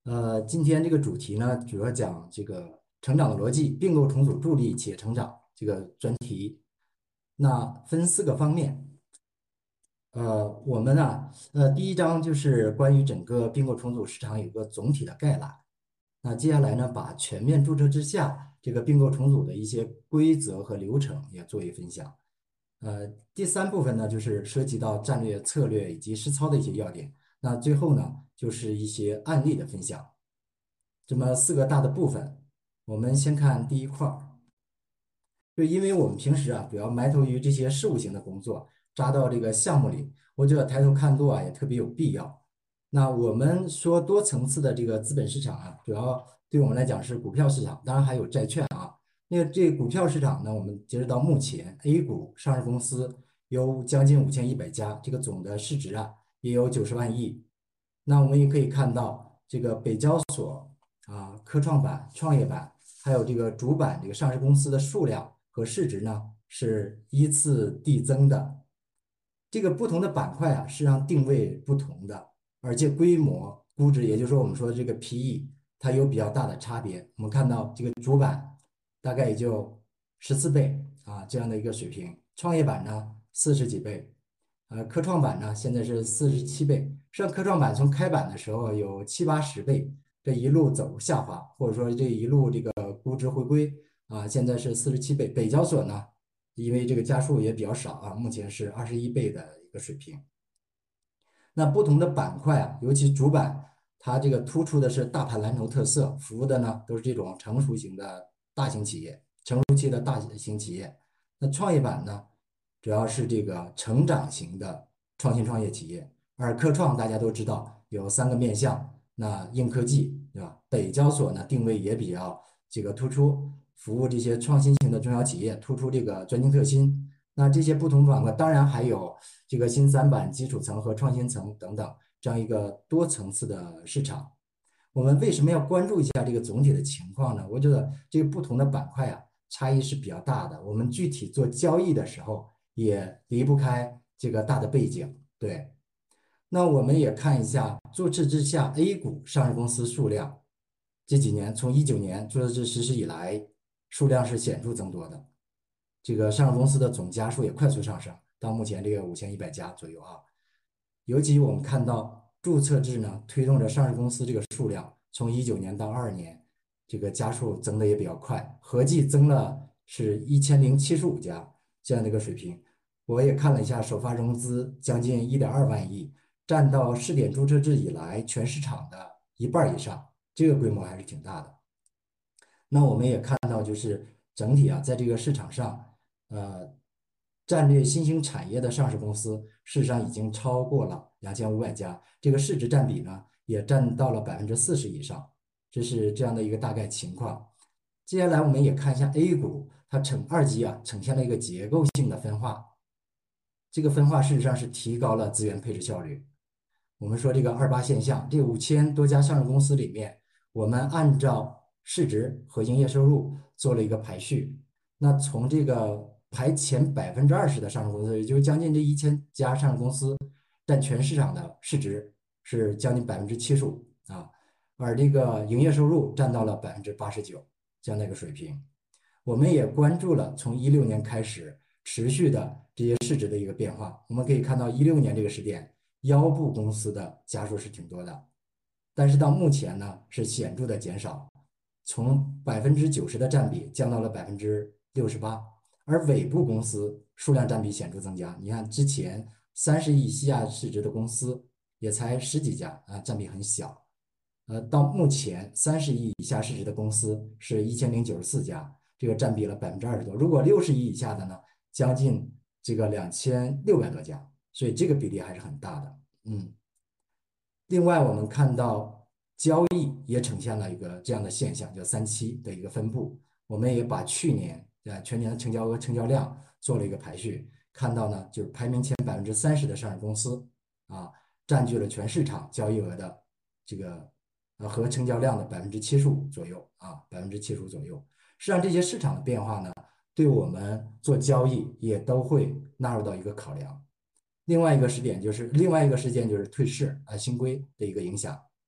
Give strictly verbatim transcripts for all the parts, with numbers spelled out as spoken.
呃，今天这个主题呢，主要讲这个成长的逻辑，并购重组助力企业成长这个专题。那分四个方面。呃，我们呢，呃，第一章就是关于整个并购重组市场有个总体的概览。那接下来呢，把全面注册制下这个并购重组的一些规则和流程也做一分享。呃，第三部分呢，就是涉及到战略策略以及实操的一些要点。那最后呢，就是一些案例的分享。这么四个大的部分，我们先看第一块儿。就因为我们平时啊，主要埋头于这些事务型的工作，扎到这个项目里，我觉得抬头看路啊，也特别有必要。那我们说多层次的这个资本市场啊，主要对我们来讲是股票市场，当然还有债券啊。那个这股票市场呢，我们截止到目前，A 股上市公司有将近五千一百家，这个总的市值啊也有九十万亿。那我们也可以看到，这个北交所啊、科创板、创业板，还有这个主板这个上市公司的数量和市值呢是依次递增的。这个不同的板块啊，实际上定位不同的，而且规模、估值，也就是说我们说的这个 P E，它有比较大的差别。我们看到这个主板大概也就十四倍啊这样的一个水平，创业板呢四十几倍，呃，科创板呢现在是四十七倍。实际上，科创板从开板的时候有七八十倍，这一路走下滑，或者说这一路这个估值回归啊，现在是四十七倍。北交所呢？因为这个家数也比较少啊，目前是二十一倍的一个水平。那不同的板块啊，尤其主板，它这个突出的是大盘蓝筹特色，服务的呢都是这种成熟型的大型企业，成熟期的大型企业。那创业板呢，主要是这个成长型的创新创业企业。而科创大家都知道有三个面向，那硬科技对吧？北交所呢定位也比较这个突出，服务这些创新型的中小企业，突出这个专精特新。那这些不同板块，当然还有这个新三板、基础层和创新层等等这样一个多层次的市场。我们为什么要关注一下这个总体的情况呢？我觉得这个不同的板块啊，差异是比较大的。我们具体做交易的时候，也离不开这个大的背景。对，那我们也看一下注册制下 A 股上市公司数量，这几年从一九年注册制实施以来，数量是显著增多的。这个上市公司的总家数也快速上升，到目前这个五千一百家左右啊。尤其我们看到注册制呢，推动着上市公司这个数量从一九年到二二年，这个家数增的也比较快，合计增了是一千零七十五家这样的一个水平。我也看了一下，首发融资将近一点二万亿，占到试点注册制以来全市场的一半以上，这个规模还是挺大的。那我们也看到，就是整体啊，在这个市场上，呃，战略新兴产业的上市公司，事实上已经超过了两千五百家，这个市值占比呢，也占到了百分之四十以上，这是这样的一个大概情况。接下来我们也看一下 A 股，它呈二级啊，呈现了一个结构性的分化，这个分化事实上是提高了资源配置效率。我们说这个二八现象，这五千多家上市公司里面，我们按照市值和营业收入做了一个排序。那从这个排前百分之二十的上市公司，也就是将近这一千家上市公司，占全市场的市值是将近百分之七十五啊，而这个营业收入占到了百分之八十九这样的一个水平。我们也关注了从一六年开始持续的这些市值的一个变化。我们可以看到，一六年这个时点，腰部公司的家数是挺多的，但是到目前呢是显著的减少，从百分之九十的占比降到了百分之六十八，而尾部公司数量占比显著增加。你看之前三十亿以下市值的公司也才十几家啊，占比很小。呃，到目前三十亿以下市值的公司是一千零九十四家，这个占比了百分之二十多。如果六十亿以下的呢，将近这个两千六百多家，所以这个比例还是很大的。嗯。另外，我们看到交易也呈现了一个这样的现象，叫三期的一个分布。我们也把去年呃全年的成交额、成交量做了一个排序，看到呢，就是排名前百分之三十的上市公司啊，占据了全市场交易额的这个呃和成交量的百分之七十五左右啊，百分之七十五左右。实际上，这些市场的变化呢，对我们做交易也都会纳入到一个考量。另外一个时点就是另外一个事件就是退市啊新规的一个影响。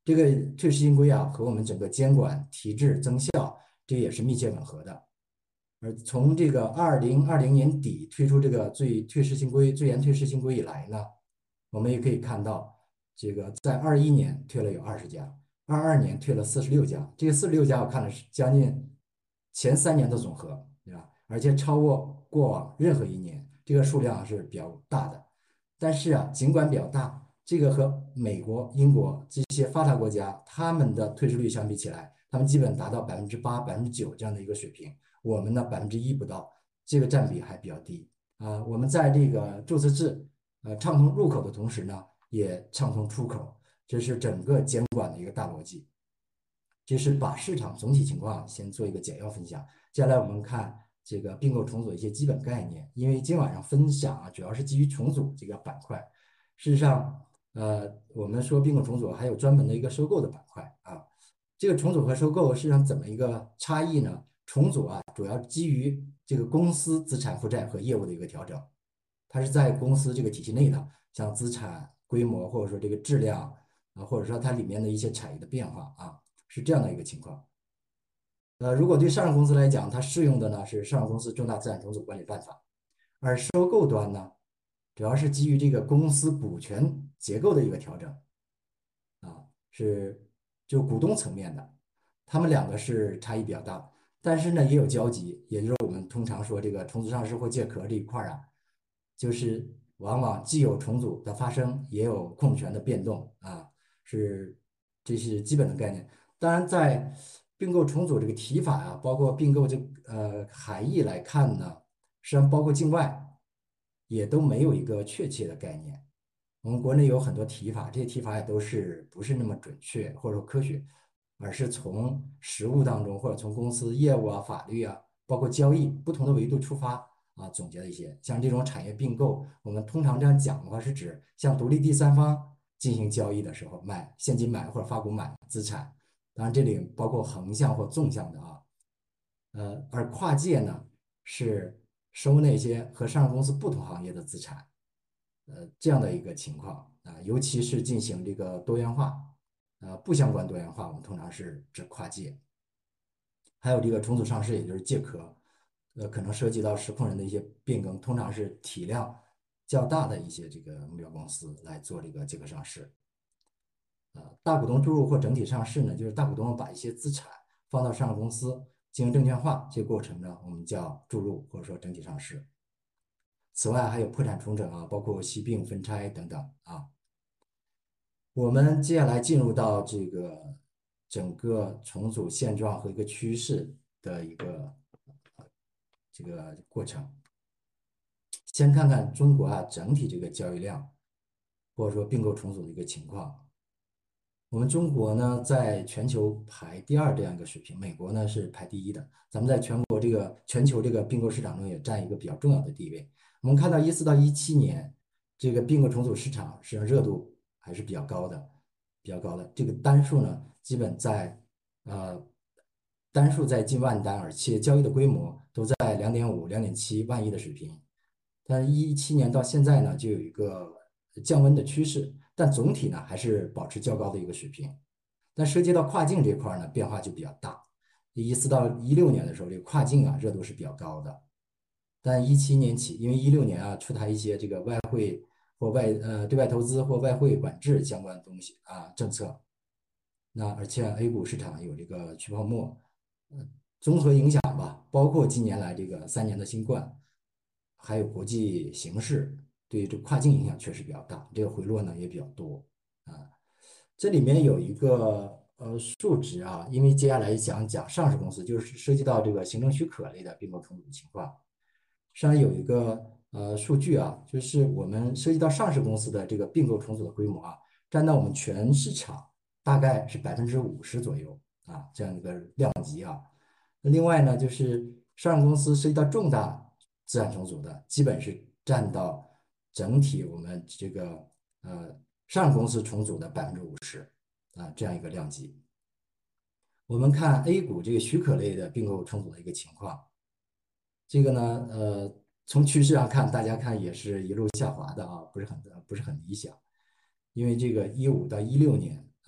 这个退市新规啊和我们整个监管体制增效，这也是密切吻合的。而从这个二零二零年底推出这个最退市新规、最严退市新规以来呢，我们也可以看到，这个在二一年退了有二十家，二二年退了四十六家，这个四十六家我看了是将近前三年的总和，对吧？而且超过过往任何一年，这个数量是比较大的。但是啊，尽管比较大，这个和美国、英国这些发达国家他们的退市率相比起来，他们基本达到百分之八、百分之九这样的一个水平。我们呢百分之一不到，这个占比还比较低啊。我们在这个注册制呃畅通入口的同时呢，也畅通出口，这是整个监管的一个大逻辑。这是把市场总体情况先做一个简要分享。接下来我们看这个并购重组一些基本概念，因为今晚上分享啊主要是基于重组这个板块。事实上，呃，我们说并购重组还有专门的一个收购的板块啊。这个重组和收购实际上怎么一个差异呢？重组啊，主要基于这个公司资产负债和业务的一个调整，它是在公司这个体系内的，像资产规模或者说这个质量啊，或者说它里面的一些产业的变化啊，是这样的一个情况。呃，如果对上市公司来讲，它适用的呢是上市公司重大资产重组管理办法，而收购端呢，主要是基于这个公司股权结构的一个调整啊，是就股东层面的，他们两个是差异比较大，但是呢也有交集，也就是我们通常说这个重组上市或借壳这一块啊，就是往往既有重组的发生，也有控制权的变动啊，是这是基本的概念。当然，在并购重组这个提法啊，包括并购这呃含义来看呢，实际上包括境外也都没有一个确切的概念。我们国内有很多提法，这些提法也都是不是那么准确或者说科学，而是从实务当中或者从公司业务啊、法律啊，包括交易不同的维度出发啊总结的一些。像这种产业并购，我们通常这样讲的话，是指向独立第三方进行交易的时候，买现金买或者发股买资产。当然，这里包括横向或纵向的啊。呃，而跨界呢是收那些和上市公司不同行业的资产。呃，这样的一个情况啊，尤其是进行这个多元化，呃，不相关多元化，我们通常是指跨界。还有这个重组上市，也就是借壳，呃，可能涉及到实控人的一些变更，通常是体量较大的一些这个目标公司来做这个借壳上市。呃，大股东注入或整体上市呢，就是大股东把一些资产放到上市公司进行证券化，这个过程呢，我们叫注入或者说整体上市。此外，还有破产重整啊，包括息并分拆等等啊。我们接下来进入到这个整个重组现状和一个趋势的一个这个过程。先看看中国啊整体这个交易量，或者说并购重组的一个情况。我们中国呢，在全球排第二这样一个水平，美国呢是排第一的。咱们在全国这个全球这个并购市场中也占一个比较重要的地位。我们看到一四到一七年，这个并购重组市场实际上热度还是比较高的，比较高的。这个单数呢，基本在呃单数在近万单，而且交易的规模都在两点五、两点七万亿的水平。但是，一七年到现在呢，就有一个降温的趋势，但总体呢还是保持较高的一个水平。但涉及到跨境这块呢，变化就比较大。一四到一六年的时候，这个跨境啊热度是比较高的，但一七年起，因为一六年啊出台一些这个外汇或外呃对外投资或外汇管制相关的东西啊政策，那而且 A 股市场有这个去泡沫，呃，综合影响吧，包括近年来这个三年的新冠，还有国际形势对这跨境影响确实比较大，这个回落呢也比较多啊。这里面有一个呃数值啊，因为接下来讲讲上市公司，就是涉及到这个行政许可类的并购重组情况，实际上有一个呃数据啊，就是我们涉及到上市公司的这个并购重组的规模啊，占到我们全市场大概是百分之五十左右啊，这样一个量级啊。另外呢，就是上市公司涉及到重大资产重组的，基本是占到整体我们这个呃上市公司重组的百分之五十啊，这样一个量级。我们看 A 股这个许可类的并购重组的一个情况，这个呢，呃，从趋势上看，大家看也是一路下滑的啊，不是很不是很理想，因为这个一五到一六年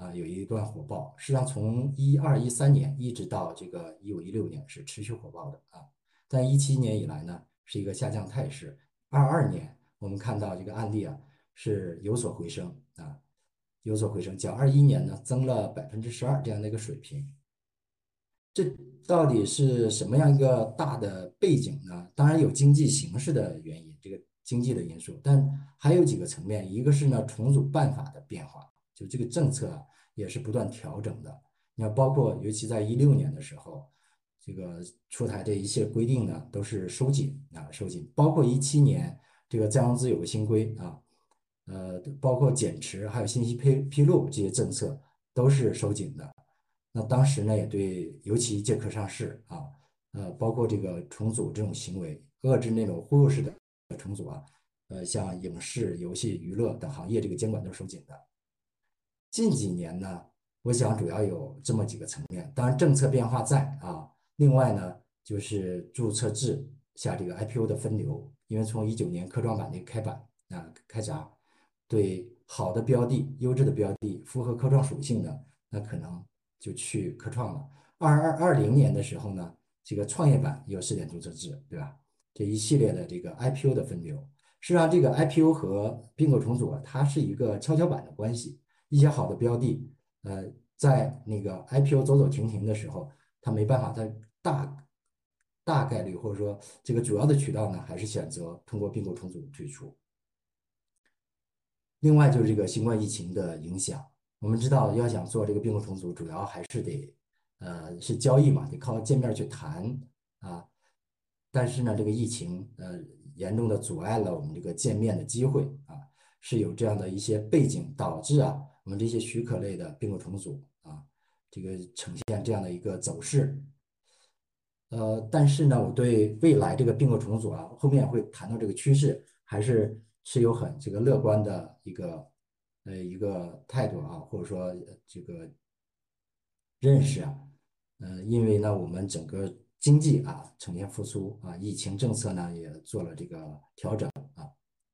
啊，有一段火爆。实际上，从一二一三年一直到这个一五一六年是持续火爆的啊，但一七年以来呢是一个下降态势。二二年我们看到这个案例啊是有所回升啊，有所回升，较二一年呢增了百分之十二这样的一个水平。这到底是什么样一个大的背景呢？当然有经济形势的原因，这个经济的因素，但还有几个层面，一个是呢重组办法的变化，就这个政策啊也是不断调整的。你要包括尤其在一六年的时候，这个出台的一些规定呢都是收紧啊收紧，包括一七年这个再融资有个新规啊，呃，包括减持还有信息披披露这些政策都是收紧的。那当时呢，也对，尤其借壳上市啊，呃，包括这个重组这种行为，遏制那种忽悠式的重组啊，呃，像影视、游戏、娱乐等行业，这个监管都是收紧的。近几年呢，我想主要有这么几个层面，当然政策变化在啊，另外呢，就是注册制下这个 I P O 的分流，因为从一九年科创板的开板啊开闸，对好的标的、优质的标的、符合科创属性的，那可能就去科创了。二二二零年的时候呢，这个创业板有试点注册制，对吧？这一系列的这个 I P O 的分流，实际上这个 I P O 和并购重组啊，它是一个跷跷板的关系。一些好的标的，呃，在那个 I P O 走走停停的时候，它没办法，它大大概率或者说这个主要的渠道呢，还是选择通过并购重组退出。另外就是这个新冠疫情的影响，我们知道要想做这个并购重组，主要还是得呃是交易嘛，得靠见面去谈啊。但是呢，这个疫情呃严重的阻碍了我们这个见面的机会啊，是有这样的一些背景导致啊，我们这些许可类的并购重组啊，这个呈现这样的一个走势。呃，但是呢，我对未来这个并购重组啊，后面也会谈到这个趋势，还是持有很这个乐观的一个呃一个态度啊，或者说呃这个认识啊，呃，因为呢，我们整个经济啊呈现复苏啊，疫情政策呢也做了这个调整啊。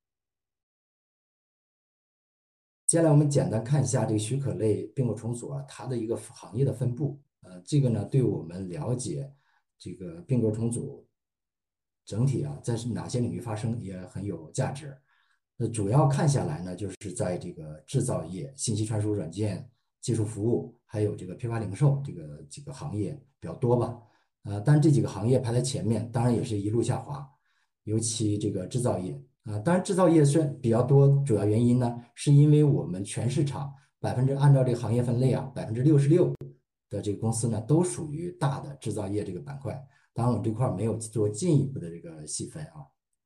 接下来我们简单看一下这个许可类并购重组啊，它的一个行业的分布。呃，这个呢，对我们了解这个并购重组整体啊，在哪些领域发生也很有价值。那主要看下来呢，就是在这个制造业、信息传输软件、技术服务，还有这个批发零售这个几个行业比较多吧。呃，但这几个行业排在前面，当然也是一路下滑，尤其这个制造业。啊，当然制造业虽然比较多，主要原因呢，是因为我们全市场百分之按照这个行业分类啊，百分之六十六的这个公司呢，都属于大的制造业这个板块。当然，我们这块没有做进一步的这个细分啊。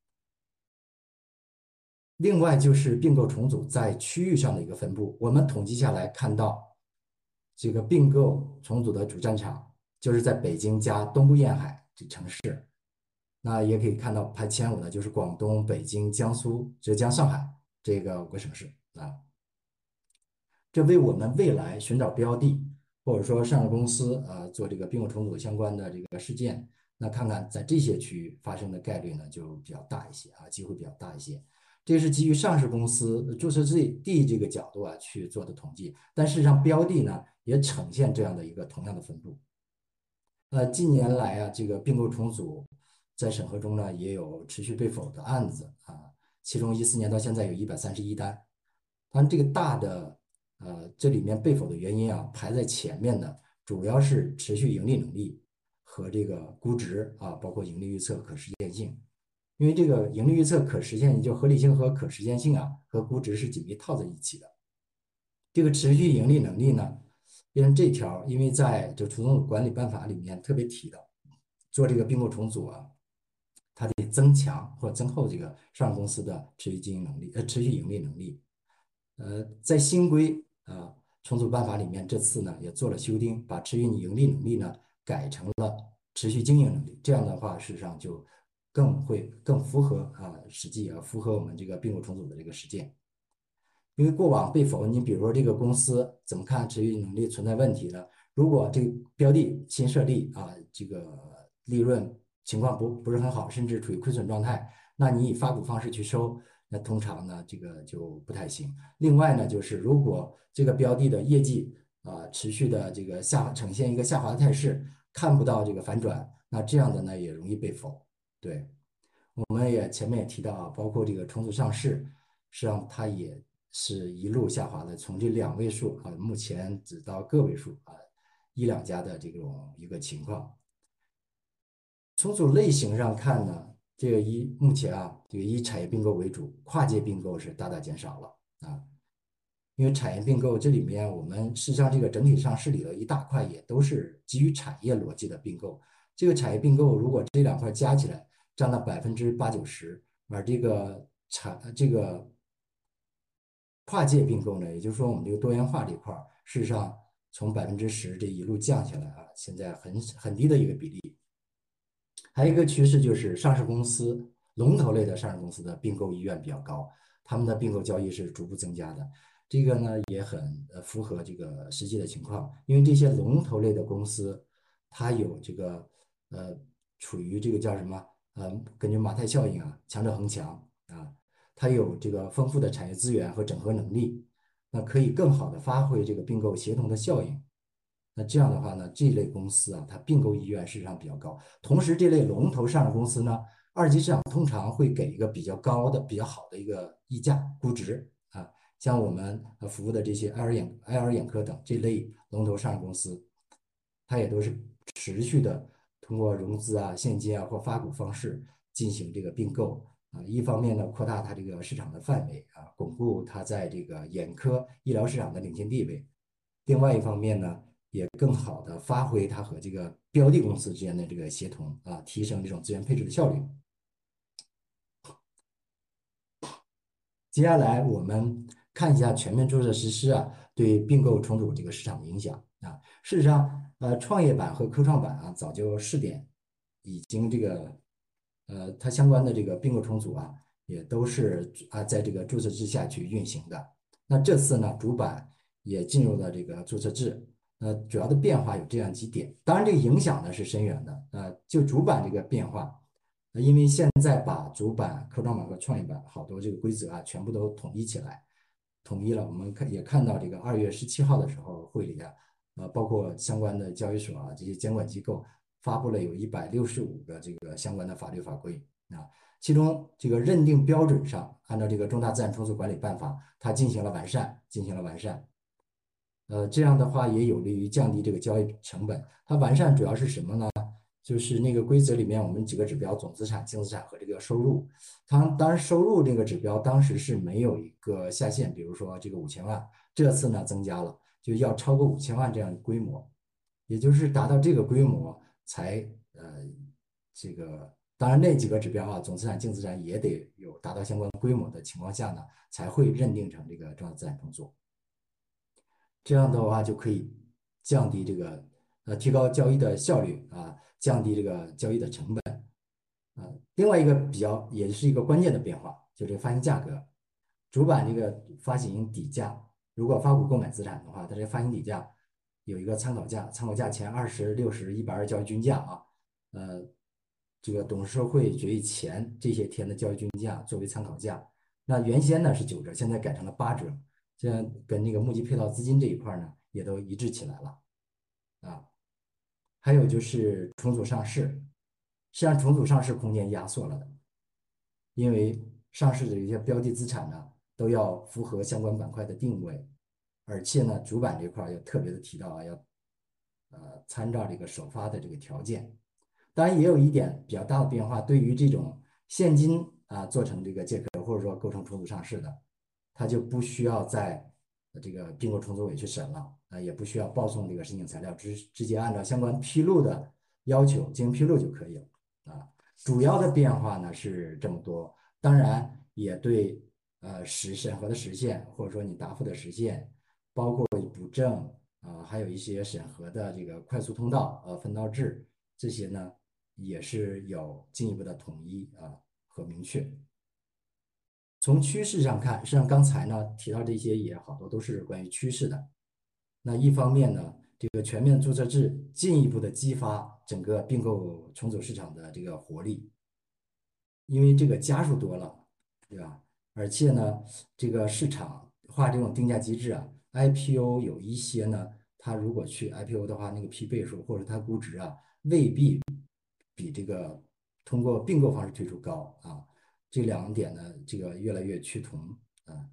另外就是并购重组在区域上的一个分布，我们统计下来看到，这个并购重组的主战场就是在北京加东部沿海这城市。那也可以看到排前五的就是广东、北京、江苏、浙江、上海这个五个省市啊。这为我们未来寻找标的，或者说上市公司啊做这个并购重组相关的这个事件，那看看在这些区域发生的概率呢就比较大一些啊，机会比较大一些。这是基于上市公司注册制地这个角度啊去做的统计，但事实上标的呢也呈现这样的一个同样的分布。呃，近年来啊，这个并购重组在审核中呢也有持续被否的案子啊，其中一四年到现在有一百三十一单。当然，这个大的呃，这里面被否的原因啊，排在前面的主要是持续盈利能力和这个估值啊，包括盈利预测可实现性。因为这个盈利预测可实现，就合理性和可实现性啊，和估值是紧密套在一起的。这个持续盈利能力呢，变成这条，因为在这重组管理办法里面特别提到，做这个并购重组啊，它得增强或增厚这个上市公司的持续经营能力，呃，持续盈利能力。呃，在新规啊重组办法里面，这次呢也做了修订，把持续盈利能力呢改成了持续经营能力。这样的话，事实上就更会更符合啊实际啊，符合我们这个并购重组的这个实践。因为过往被否，你比如说这个公司怎么看持续能力存在问题呢？如果这个标的新设立啊，这个利润情况不不是很好，甚至处于亏损状态，那你以发股方式去收， 那通常呢这个就不太行。另外呢，就是如果这个标的的业绩啊、呃持续的这个下呈现一个下滑的态势，看不到这个反转，那这样的呢也容易被否。对，我们也前面也提到啊，包括这个重组上市，实际上它也是一路下滑的，从这两位数啊，目前只到个位数啊，一两家的这种一个情况。重组类型上看呢，这个以目前啊，这个以产业并购为主，跨界并购是大大减少了啊。因为产业并购这里面，我们实际上这个整体上市里的一大块也都是基于产业逻辑的并购。这个产业并购如果这两块加起来占了百分之八九十，而这个产这个跨界并购呢，也就是说我们这个多元化这块事实上从百分之十这一路降下来啊，现在很很低的一个比例。还有一个趋势就是上市公司龙头类的上市公司的并购意愿比较高，他们的并购交易是逐步增加的。这个呢也很呃符合这个实际的情况，因为这些龙头类的公司，它有这个呃处于这个叫什么呃根据马太效应啊，强者恒强啊，它有这个丰富的产业资源和整合能力，那可以更好的发挥这个并购协同的效应。那这样的话呢，这类公司啊，它并购意愿事实上比较高。同时，这类龙头上市公司呢，二级市场通常会给一个比较高的、比较好的一个溢价估值啊。像我们呃服务的这些爱尔眼、爱尔眼科等这类龙头上市公司，它也都是持续的通过融资啊、现金啊或发股方式进行这个并购啊。一方面呢，扩大它这个市场的范围啊，巩固它在这个眼科医疗市场的领先地位。另外一方面呢，也更好的发挥它和这个标的公司之间的这个协同啊，提升这种资源配置的效率。接下来我们看一下全面注册实施啊对并购重组这个市场的影响啊。事实上，呃，创业板和科创板啊早就试点，已经这个呃它相关的这个并购重组啊也都是啊在这个注册制下去运行的。那这次呢，主板也进入了这个注册制。呃，主要的变化有这样几点，当然这个影响呢是深远的。呃，就主板这个变化。呃因为现在把主板、科创板和创业板好多这个规则啊，全部都统一起来，统一了。我们看也看到这个二月十七号的时候会里啊，呃，包括相关的交易所啊这些监管机构发布了有一百六十五个这个相关的法律法规啊，其中这个认定标准上，按照这个重大资产重组管理办法，它进行了完善，进行了完善。呃，这样的话也有利于降低这个交易成本。它完善主要是什么呢？就是那个规则里面我们几个指标：总资产、净资产和这个收入。它当然收入这个指标当时是没有一个下限，比如说这个五千万，这次呢增加了，就要超过五千万这样的规模，也就是达到这个规模才呃这个当然那几个指标啊，总资产、净资产也得有达到相关规模的情况下呢，才会认定成这个重要资产重组。这样的话就可以降低这个呃提高交易的效率啊，降低这个交易的成本。啊，另外一个比较也是一个关键的变化，就这个发行价格，主板这个发行底价，如果发股购买资产的话，它这个发行底价有一个参考价，参考价前二十、六十、一百二交易均价啊，呃，这个董事会决议前这些天的交易均价作为参考价。那原先呢是九折，现在改成了八折，这样跟那个募集配套资金这一块呢也都一致起来了啊。还有就是重组上市，实际上重组上市空间压缩了的，因为上市的一些标的资产呢都要符合相关板块的定位，而且呢主板这块要特别的提到啊，要呃参照这个首发的这个条件。当然也有一点比较大的变化，对于这种现金啊做成这个借壳或者说构成重组上市的，它就不需要在这个并购重组委去审了啊，也不需要报送这个申请材料，直直接按照相关披露的要求进行披露就可以了啊。主要的变化呢是这么多，当然也对呃实审核的实现或者说你答复的实现，包括补正啊，还有一些审核的这个快速通道呃分道制这些呢也是有进一步的统一啊和明确。从趋势上看，实际上刚才呢提到这些也好多都是关于趋势的。那一方面呢，这个全面注册制进一步的激发整个并购重组市场的这个活力，因为这个家数多了，对吧？ 而且呢，这个市场化这种定价机制啊，I P O 有一些呢，它如果去 I P O 的话，那个 P 倍数或者它估值啊，未必比这个通过并购方式推出高啊。这两点呢，这个越来越趋同啊。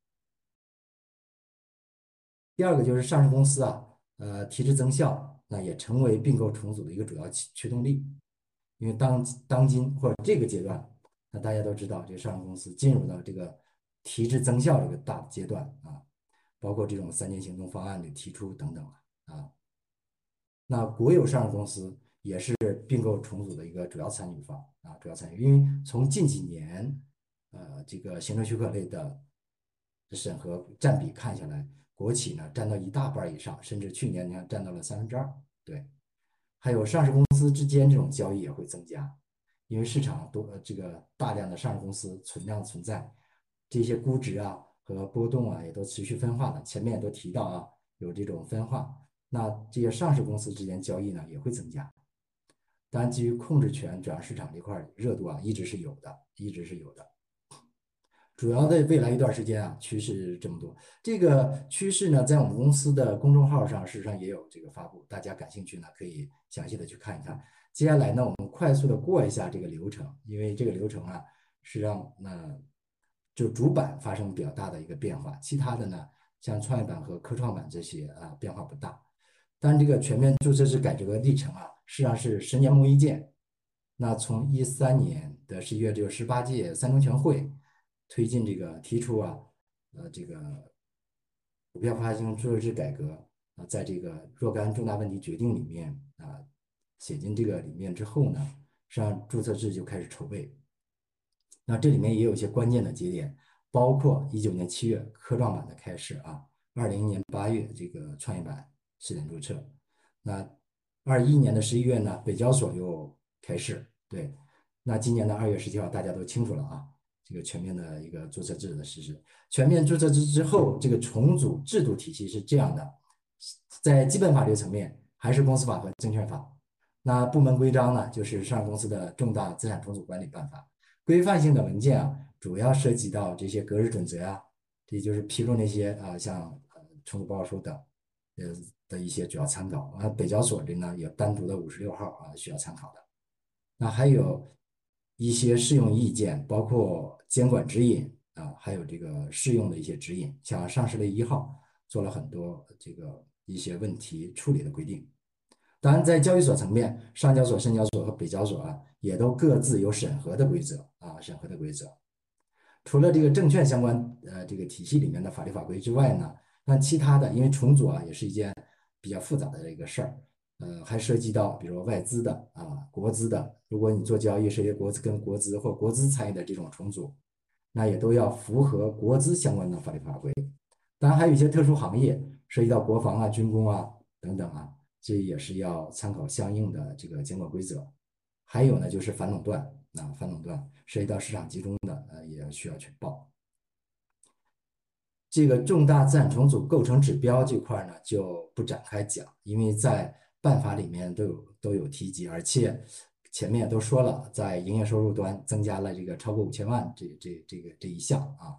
第二个就是上市公司啊，呃，提质增效，那也成为并购重组的一个主要驱驱动力。因为当当今或者这个阶段，那大家都知道，这个上市公司进入到这个提质增效这个大的阶段啊，包括这种三年行动方案的提出等等啊。那国有上市公司也是并购重组的一个主要参与方啊，主要参与。因为从近几年，呃，这个行政许可类的审核占比看下来，国企呢占到一大半以上，甚至去年你看占到了三分之二。对，还有上市公司之间这种交易也会增加，因为市场多呃这个大量的上市公司存量存在，这些估值啊和波动啊也都持续分化的。前面也都提到啊，有这种分化。那这些上市公司之间交易呢也会增加。当然，基于控制权转让市场这块热度啊，一直是有的，一直是有的。主要的未来一段时间啊，趋势这么多。这个趋势呢，在我们公司的公众号上，事实上也有这个发布，大家感兴趣呢，可以详细的去看一看。接下来呢，我们快速的过一下这个流程，因为这个流程啊，是让那就主板发生比较大的一个变化，其他的呢，像创业板和科创板这些啊，变化不大。但这个全面注册制改革历程啊，实际上是十年磨一剑。那从一三年的十一月，这个十八届三中全会推进这个提出啊，呃，这个股票发行注册制改革啊，在这个若干重大问题决定里面啊，写进这个里面之后呢，实际上注册制就开始筹备。那这里面也有一些关键的节点，包括一九年七月科创板的开市啊，二零年八月这个创业板试点注册，那二一年的十一月呢，北交所又开市，对，那今年的二月十七号大家都清楚了啊，这个全面的一个注册制的实施，全面注册制之后，这个重组制度体系是这样的，在基本法律层面还是公司法和证券法，那部门规章呢，就是上市公司的重大资产重组管理办法。规范性的文件啊，主要涉及到这些格式准则啊，这就是披露那些啊，像呃重组报告书等呃的一些主要参考。啊，北交所的呢有单独的五十六号啊需要参考的。那还有一些适用意见，包括监管指引啊，还有这个适用的一些指引，像上市类一号做了很多这个一些问题处理的规定。当然，在交易所层面，上交所、深交所和北交所啊，也都各自有审核的规则啊，审核的规则。除了这个证券相关呃这个体系里面的法律法规之外呢，那其他的，因为重组啊也是一件比较复杂的一个事儿，呃，还涉及到比如外资的啊、国资的，如果你做交易涉及国资跟国资或国资参与的这种重组，那也都要符合国资相关的法律法规。当然，还有一些特殊行业涉及到国防啊、军工啊等等啊。这也是要参考相应的这个监管规则。还有呢，就是反垄断啊，反垄断涉及到市场集中的，呃，也需要去报。这个重大资产重组构成指标这块呢，就不展开讲，因为在办法里面都有都有提及，而且前面也都说了，在营业收入端增加了这个超过五千万这这这个这一项啊。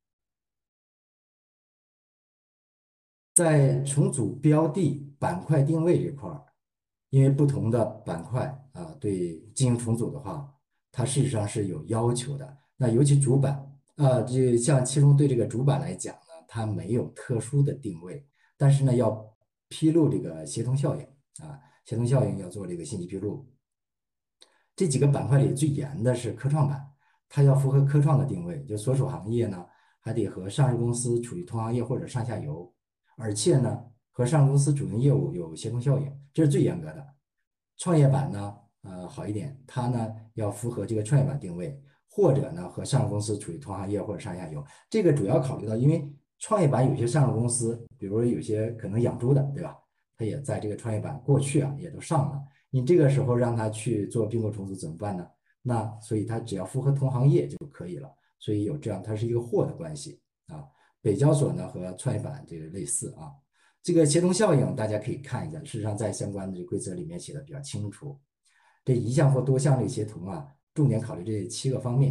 在重组标的板块定位这块儿，因为不同的板块啊，对进行重组的话，它事实上是有要求的。那尤其主板啊，这像其中对这个主板来讲呢，它没有特殊的定位，但是呢，要披露这个协同效应啊，协同效应要做这个信息披露。这几个板块里最严的是科创板，它要符合科创的定位，就所属行业呢还得和上市公司处于同行业或者上下游，而且呢和上市公司主营业务有协同效应，这是最严格的。创业板呢，呃好一点，它呢要符合这个创业板定位，或者呢和上市公司处于同行业或者上下游。这个主要考虑到，因为创业板有些上市公司，比如有些可能养猪的，对吧？它也在这个创业板过去啊也都上了。你这个时候让他去做并购重组怎么办呢？那所以他只要符合同行业就可以了。所以有这样，它是一个货的关系啊。北交所呢和创业板这个类似啊。这个协同效应大家可以看一下，事实上在相关的规则里面写的比较清楚。这一项或多项类协同啊，重点考虑这七个方面。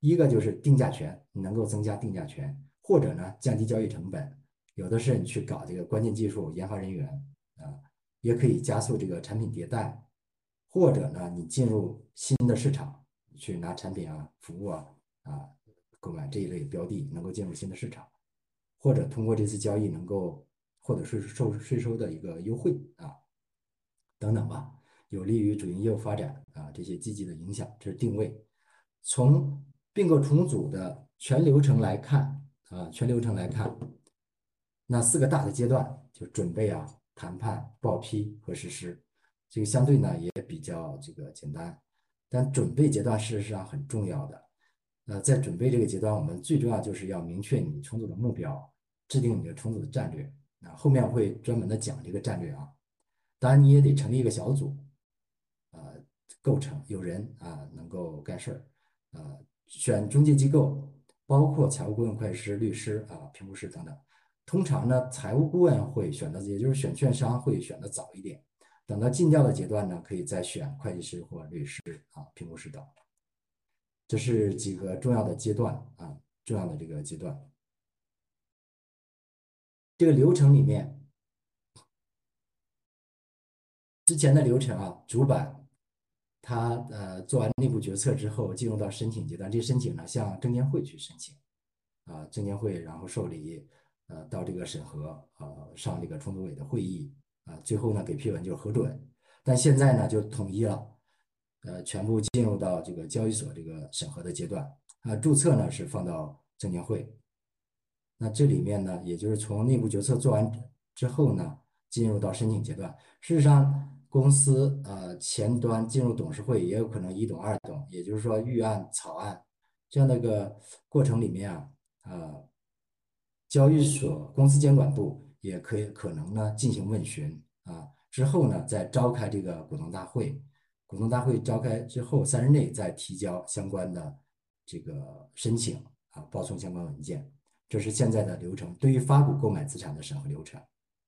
一个就是定价权，你能够增加定价权，或者呢降低交易成本，有的是你去搞这个关键技术研发人员啊，也可以加速这个产品迭代，或者呢你进入新的市场，去拿产品啊、服务啊啊购买这一类标的，能够进入新的市场，或者通过这次交易能够获得税收税收的一个优惠啊等等吧，有利于主营业务发展啊这些积极的影响，这是定位。从并购重组的全流程来看啊，全流程来看，那四个大的阶段就准备啊、谈判、报批和实施，这个相对呢也比较这个简单，但准备阶段事实上很重要的。呃，在准备这个阶段，我们最重要就是要明确你重组的目标，制定你的重组的战略。啊，后面我会专门的讲这个战略啊。当然，你也得成立一个小组，呃，构成有人啊能够干事儿，呃，选中介机构，包括财务顾问、会计师、律师啊、评估师等等。通常呢，财务顾问会选的，也就是选券商会选的早一点，等到尽调的阶段呢，可以再选会计师或律师啊、评估师等。这是几个重要的阶段啊，重要的这个阶段。这个流程里面，之前的流程啊，主板它呃做完内部决策之后，进入到申请阶段。这申请呢，向证监会去申请啊，证监会然后受理，呃，到这个审核，呃，上这个重组委的会议啊，最后呢给批文就是核准。但现在呢就统一了，呃，全部进入到这个交易所这个审核的阶段啊，注册呢是放到证监会。那这里面呢，也就是从内部决策做完之后呢，进入到申请阶段。事实上，公司呃前端进入董事会也有可能一董、二董，也就是说预案、草案这样的一个过程里面啊，呃，交易所公司监管部也可以可能呢进行问询啊，之后呢再召开这个股东大会，股东大会召开之后三日内再提交相关的这个申请啊，报送相关文件。这是现在的流程，对于发股购买资产的审核流程。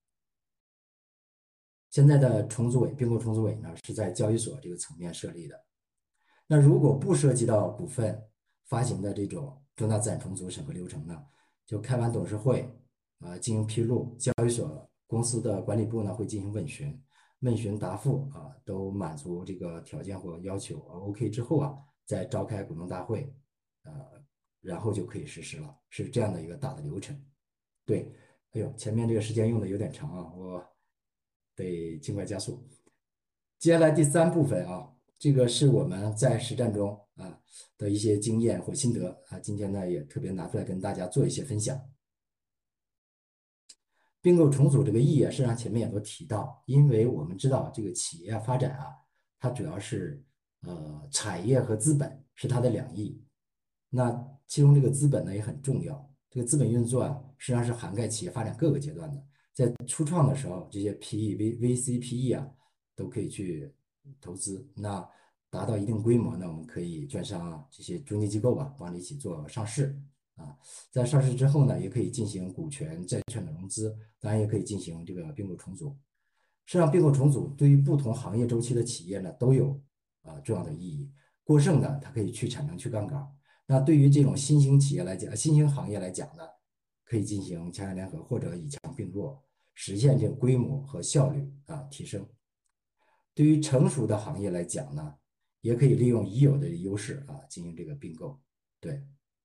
现在的重组委并购重组委呢是在交易所这个层面设立的。那如果不涉及到股份发行的这种重大资产重组审核流程呢，就开完董事会啊、呃、进行披露，交易所公司的管理部呢会进行问询，问询答复啊都满足这个条件或要求啊 OK 之后啊，再召开股东大会，呃，然后就可以实施了，是这样的一个大的流程。对，哎呦，前面这个时间用的有点长啊，我得尽快加速。接下来第三部分啊，这个是我们在实战中啊的一些经验或心得啊，今天呢也特别拿出来跟大家做一些分享。并购重组这个意义啊，实际上前面也都提到，因为我们知道这个企业发展啊，它主要是呃产业和资本是它的两翼，那其中这个资本呢也很重要，这个资本运作啊实际上是涵盖企业发展各个阶段的，在初创的时候，这些 P E、V VC、P E 啊都可以去投资，那达到一定规模呢，我们可以券商啊这些中介机构吧帮你一起做上市。啊，在上市之后呢，也可以进行股权、债券的融资，当然也可以进行这个并购重组。实际上，并购重组对于不同行业周期的企业呢，都有啊重要的意义。过剩呢，它可以去产能、去杠杆。那对于这种新兴企业来讲，新兴行业来讲呢，可以进行强强联合或者以强并弱，实现这个规模和效率啊提升。对于成熟的行业来讲呢，也可以利用已有的优势啊进行这个并购。对。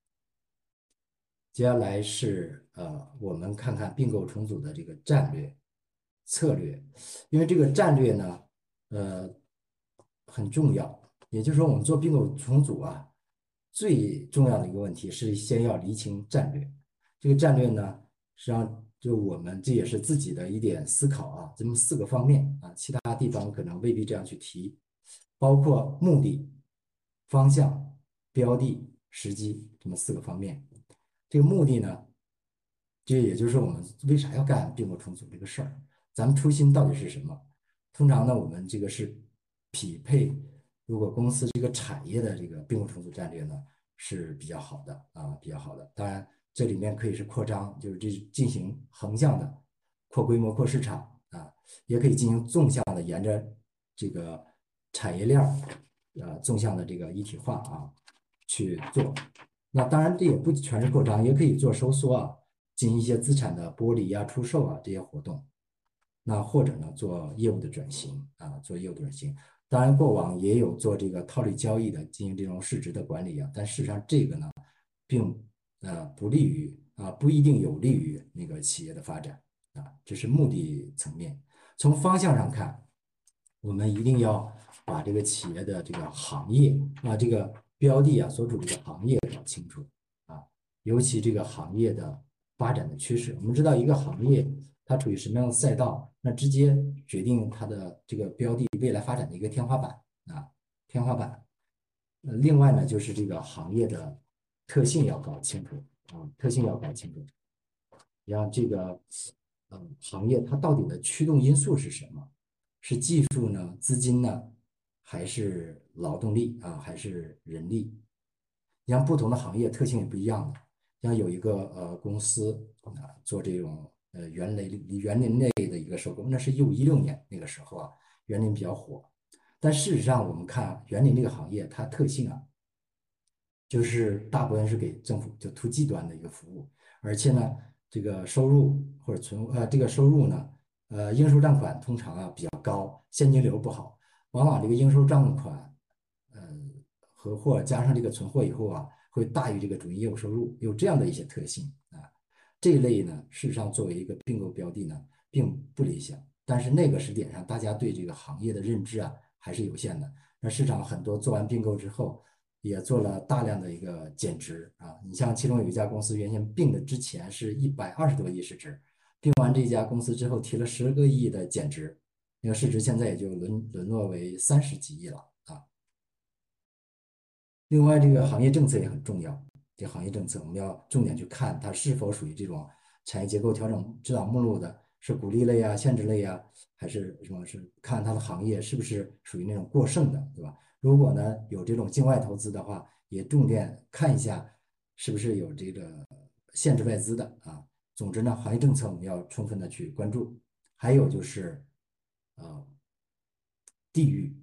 接下来是呃，我们看看并购重组的这个战略策略，因为这个战略呢，呃，很重要。也就是说，我们做并购重组啊，最重要的一个问题是先要厘清战略。这个战略呢，实际上就我们这也是自己的一点思考啊，这么四个方面啊，其他地方可能未必这样去提，包括目的、方向、标的、时机这么四个方面。这个目的呢，这也就是我们为啥要干并购重组这个事儿，咱们初心到底是什么？通常呢，我们这个是匹配，如果公司这个产业的这个并购重组战略呢是比较好的啊，比较好的。当然，这里面可以是扩张，就是这进行横向的扩规模、扩市场啊，也可以进行纵向的，沿着这个产业链儿，呃，纵向的这个一体化啊。 去做。那当然，这也不全是扩张，也可以做收缩啊，进行一些资产的剥离啊、出售啊这些活动。那或者呢，做业务的转型啊，做业务的转型。当然，过往也有做这个套利交易的，进行这种市值的管理啊。但事实上，这个呢，并呃不利于啊，不一定有利于那个企业的发展啊。这是目的层面。从方向上看，我们一定要把这个企业的这个行业啊，这个标的啊所处这个行业搞清楚啊，尤其这个行业的发展的趋势。我们知道一个行业它处于什么样的赛道，那直接决定它的这个标的未来发展的一个天花板啊，天花板。呃，另外呢，就是这个行业的特性要搞清楚啊，特性要搞清楚，让这个呃行业它到底的驱动因素是什么？是技术呢、资金呢，还是劳动力啊，还是人力？你像不同的行业特性也不一样的。像有一个呃公司啊，做这种呃园林园林类的一个手工，那是一五一六年那个时候啊，园林比较火。但事实上，我们看园林这个行业，它特性啊，就是大部分是给政府就 to G 端的一个服务，而且呢，这个收入或者存呃这个收入呢，呃应收账款通常啊比较高，现金流不好，往往这个应收账款，呃和或加上这个存货以后啊，会大于这个主营业务收入，有这样的一些特性啊。这一类呢，事实上作为一个并购标的呢，并不理想。但是那个时点上，大家对这个行业的认知啊还是有限的。那市场很多做完并购之后，也做了大量的一个减值啊。你像其中有一家公司原先并的之前是一百二十多亿市值，并完这家公司之后提了十个亿的减值，那个市值现在也就沦沦落为三十几亿了啊。另外，这个行业政策也很重要。这行业政策我们要重点去看它是否属于这种产业结构调整指导目录的，是鼓励类呀、限制类呀，还是什么？是看它的行业是不是属于那种过剩的，对吧？如果呢有这种境外投资的话，也重点看一下是不是有这个限制外资的啊。总之呢，行业政策我们要充分的去关注。还有就是呃地域。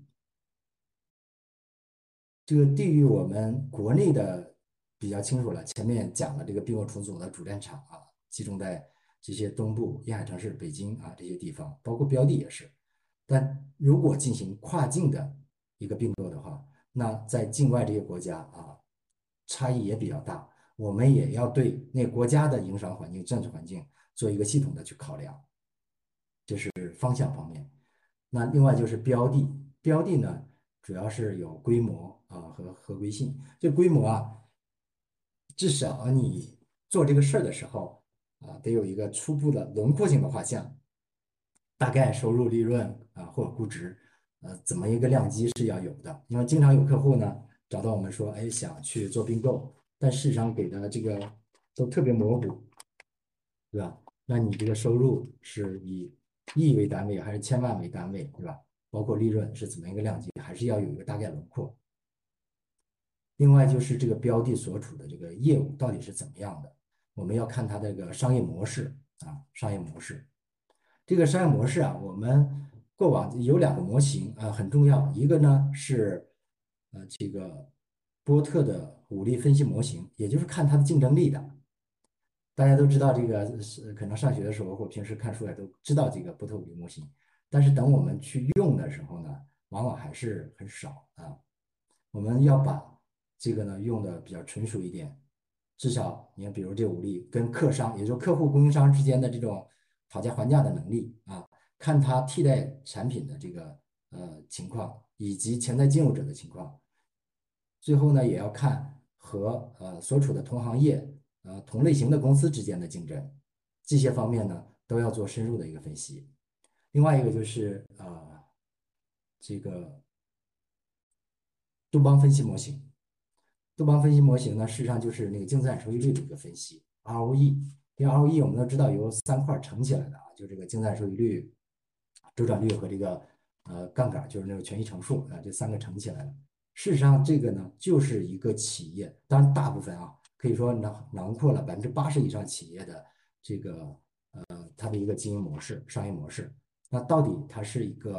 这个地域我们国内的比较清楚了，前面讲了这个并购重组的主战场啊，集中在这些东部沿海城市、北京啊这些地方，包括标的也是。但如果进行跨境的一个并购的话，那在境外这些国家啊，差异也比较大，我们也要对那国家的营商环境、政治环境做一个系统的去考量，这是方向方面。那另外就是标的，标的呢，主要是有规模啊和合规性。这规模啊，至少你做这个事儿的时候啊，得有一个初步的轮廓性的画像，大概收入、利润啊或者估值，呃，怎么一个量级是要有的。因为经常有客户呢找到我们说，哎，想去做并购，但市场给的这个都特别模糊，对吧？那你这个收入是以亿为单位还是千万为单位，对吧？包括利润是怎么一个量级，还是要有一个大概轮廓。另外就是这个标的所处的这个业务到底是怎么样的，我们要看它这个商业模式啊，商业模式。这个商业模式啊，我们过往有两个模型啊，很重要。一个呢是呃这个波特的武力分析模型，也就是看它的竞争力的。大家都知道这个是可能上学的时候或平时看书也都知道这个波特五力模型，但是等我们去用的时候呢，往往还是很少啊。我们要把这个呢用的比较纯熟一点，至少你看，比如这五力跟客商，也就是客户供应商之间的这种讨价还价的能力啊，看它替代产品的这个呃情况，以及潜在进入者的情况。最后呢，也要看和呃所处的同行业、呃同类型的公司之间的竞争，这些方面呢都要做深入的一个分析。另外一个就是呃这个杜邦分析模型。杜邦分析模型呢，事实上就是那个净资产收益率的一个分析 R O E。这个 R O E 我们都知道由三块乘起来的啊，就这个净资产收益率、周转率和这个呃杠杆，就是那个权益乘数啊，这三个乘起来的。事实上，这个呢就是一个企业，当然大部分啊，可以说囊囊括了百分之八十以上企业的这个呃它的一个经营模式、商业模式。那到底它是一个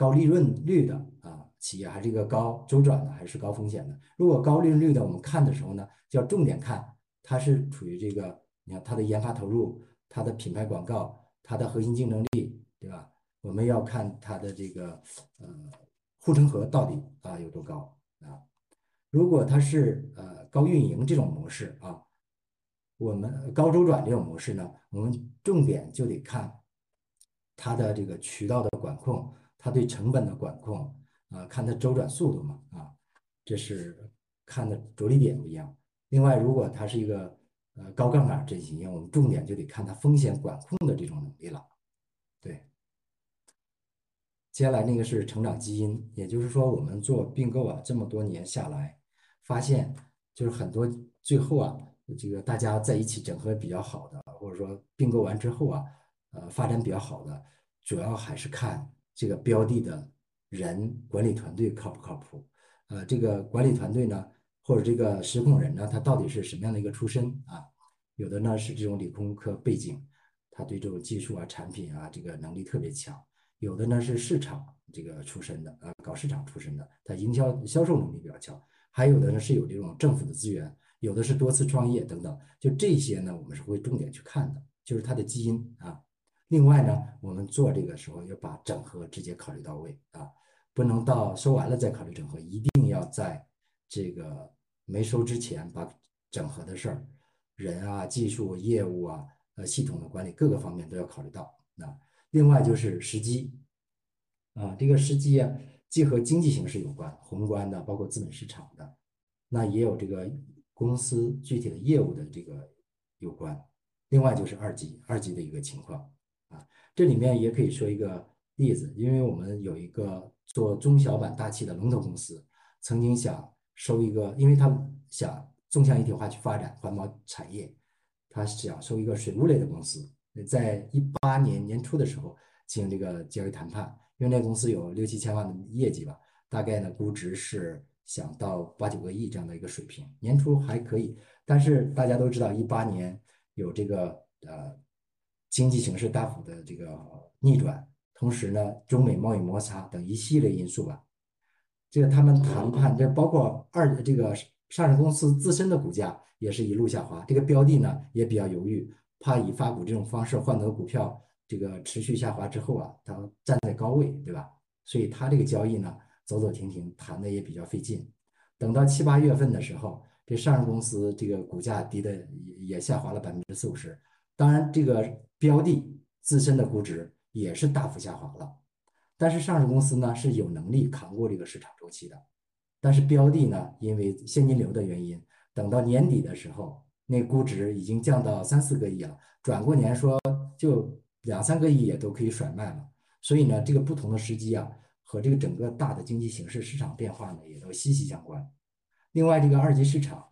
高利润率的啊企业，还是一个高周转的，还是高风险的。如果高利润率的，我们看的时候呢，就要重点看它是处于这个，你看它的研发投入、它的品牌广告、它的核心竞争力，对吧？我们要看它的这个呃护城河到底啊有多高啊。如果它是呃高运营这种模式啊，我们高周转这种模式呢，我们重点就得看它的这个渠道的管控，它对成本的管控啊，看它周转速度嘛啊，这是看的着力点不一样。另外，如果它是一个呃高杠杆这型业，我们重点就得看它风险管控的这种能力了。对。接下来那个是成长基因，也就是说，我们做并购啊，这么多年下来，发现就是很多最后啊，这个大家在一起整合比较好的，或者说并购完之后啊，呃，发展比较好的，主要还是看这个标的的人管理团队靠不靠谱。呃，这个管理团队呢，或者这个实控人呢，他到底是什么样的一个出身啊？有的呢是这种理工科背景，他对这种技术啊、产品啊，这个能力特别强。有的呢是市场这个出身的，啊，搞市场出身的，他营销销售能力比较强；还有的呢是有这种政府的资源，有的是多次创业等等。就这些呢，我们是会重点去看的，就是它的基因啊。另外呢，我们做这个时候要把整合直接考虑到位啊，不能到收完了再考虑整合，一定要在这个没收之前把整合的事儿，人啊、技术、业务啊、呃系统的管理各个方面都要考虑到。啊。另外就是时机啊，这个时机啊，既和经济形势有关，宏观的，包括资本市场的，那也有这个公司具体的业务的这个有关。另外就是二级，二级的一个情况啊，这里面也可以说一个例子，因为我们有一个做中小板大气的龙头公司，曾经想收一个，因为他想纵向一体化去发展环保产业，他想收一个水务类的公司。在一八年年初的时候进行这个交易谈判，因为那公司有六七千万的业绩吧，大概呢估值是想到八九个亿这样的一个水平，年初还可以，但是大家都知道一八年有这个呃经济形势大幅的这个逆转，同时呢中美贸易摩擦等一系列因素吧，这个他们谈判，这包括二这个上市公司自身的股价也是一路下滑，这个标的呢也比较犹豫，怕以发股这种方式换得股票这个持续下滑之后啊，它站在高位，对吧？所以它这个交易呢走走停停，谈的也比较费劲。等到七八月份的时候，这上市公司这个股价跌的也也下滑了百分之四五十，当然这个标的自身的估值也是大幅下滑了。但是上市公司呢是有能力扛过这个市场周期的，但是标的呢，因为现金流的原因，等到年底的时候，那估值已经降到三四个亿了，转过年说就两三个亿也都可以甩卖了。所以呢，这个不同的时机啊，和这个整个大的经济形势、市场变化呢，也都息息相关。另外，这个二级市场，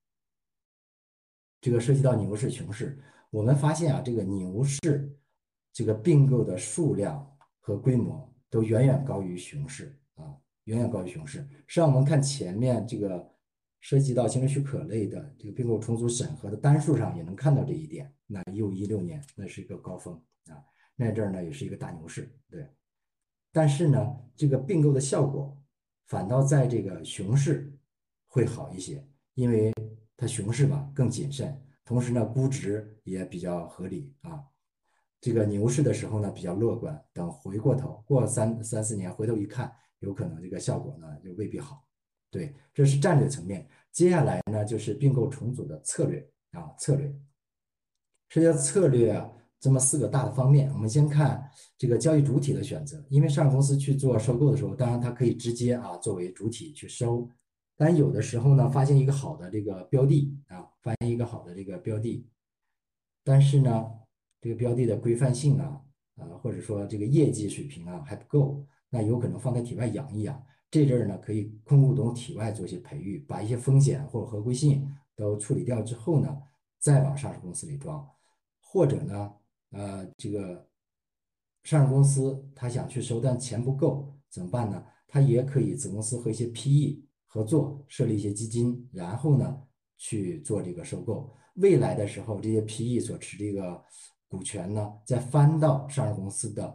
这个涉及到牛市、熊市，我们发现啊，这个牛市这个并购的数量和规模都远远高于熊市啊，远远高于熊市。实际上，我们看前面这个涉及到行政许可类的这个并购重组审核的单数上也能看到这一点。那又一六年那是一个高峰啊，那阵儿呢也是一个大牛市，对。但是呢，这个并购的效果反倒在这个熊市会好一些，因为它熊市嘛更谨慎，同时呢估值也比较合理啊。这个牛市的时候呢比较乐观，等回过头过三三四年回头一看，有可能这个效果呢就未必好。对，这是战略层面。接下来呢就是并购重组的策略啊，策略。涉及到策略啊，这么四个大的方面，我们先看这个交易主体的选择。因为上市公司去做收购的时候，当然它可以直接啊作为主体去收，但有的时候呢，发现一个好的这个标的啊，发现一个好的这个标的，但是呢，这个标的的规范性啊，啊或者说这个业绩水平啊还不够，那有可能放在体外养一养。这阵儿呢，可以空股东体外做些培育，把一些风险或者合规性都处理掉之后呢，再往上市公司里装。或者呢，呃，这个上市公司他想去收，但钱不够，怎么办呢？他也可以子公司和一些 P E 合作，设立一些基金，然后呢去做这个收购。未来的时候，这些 P E 所持这个股权呢，再翻到上市公司的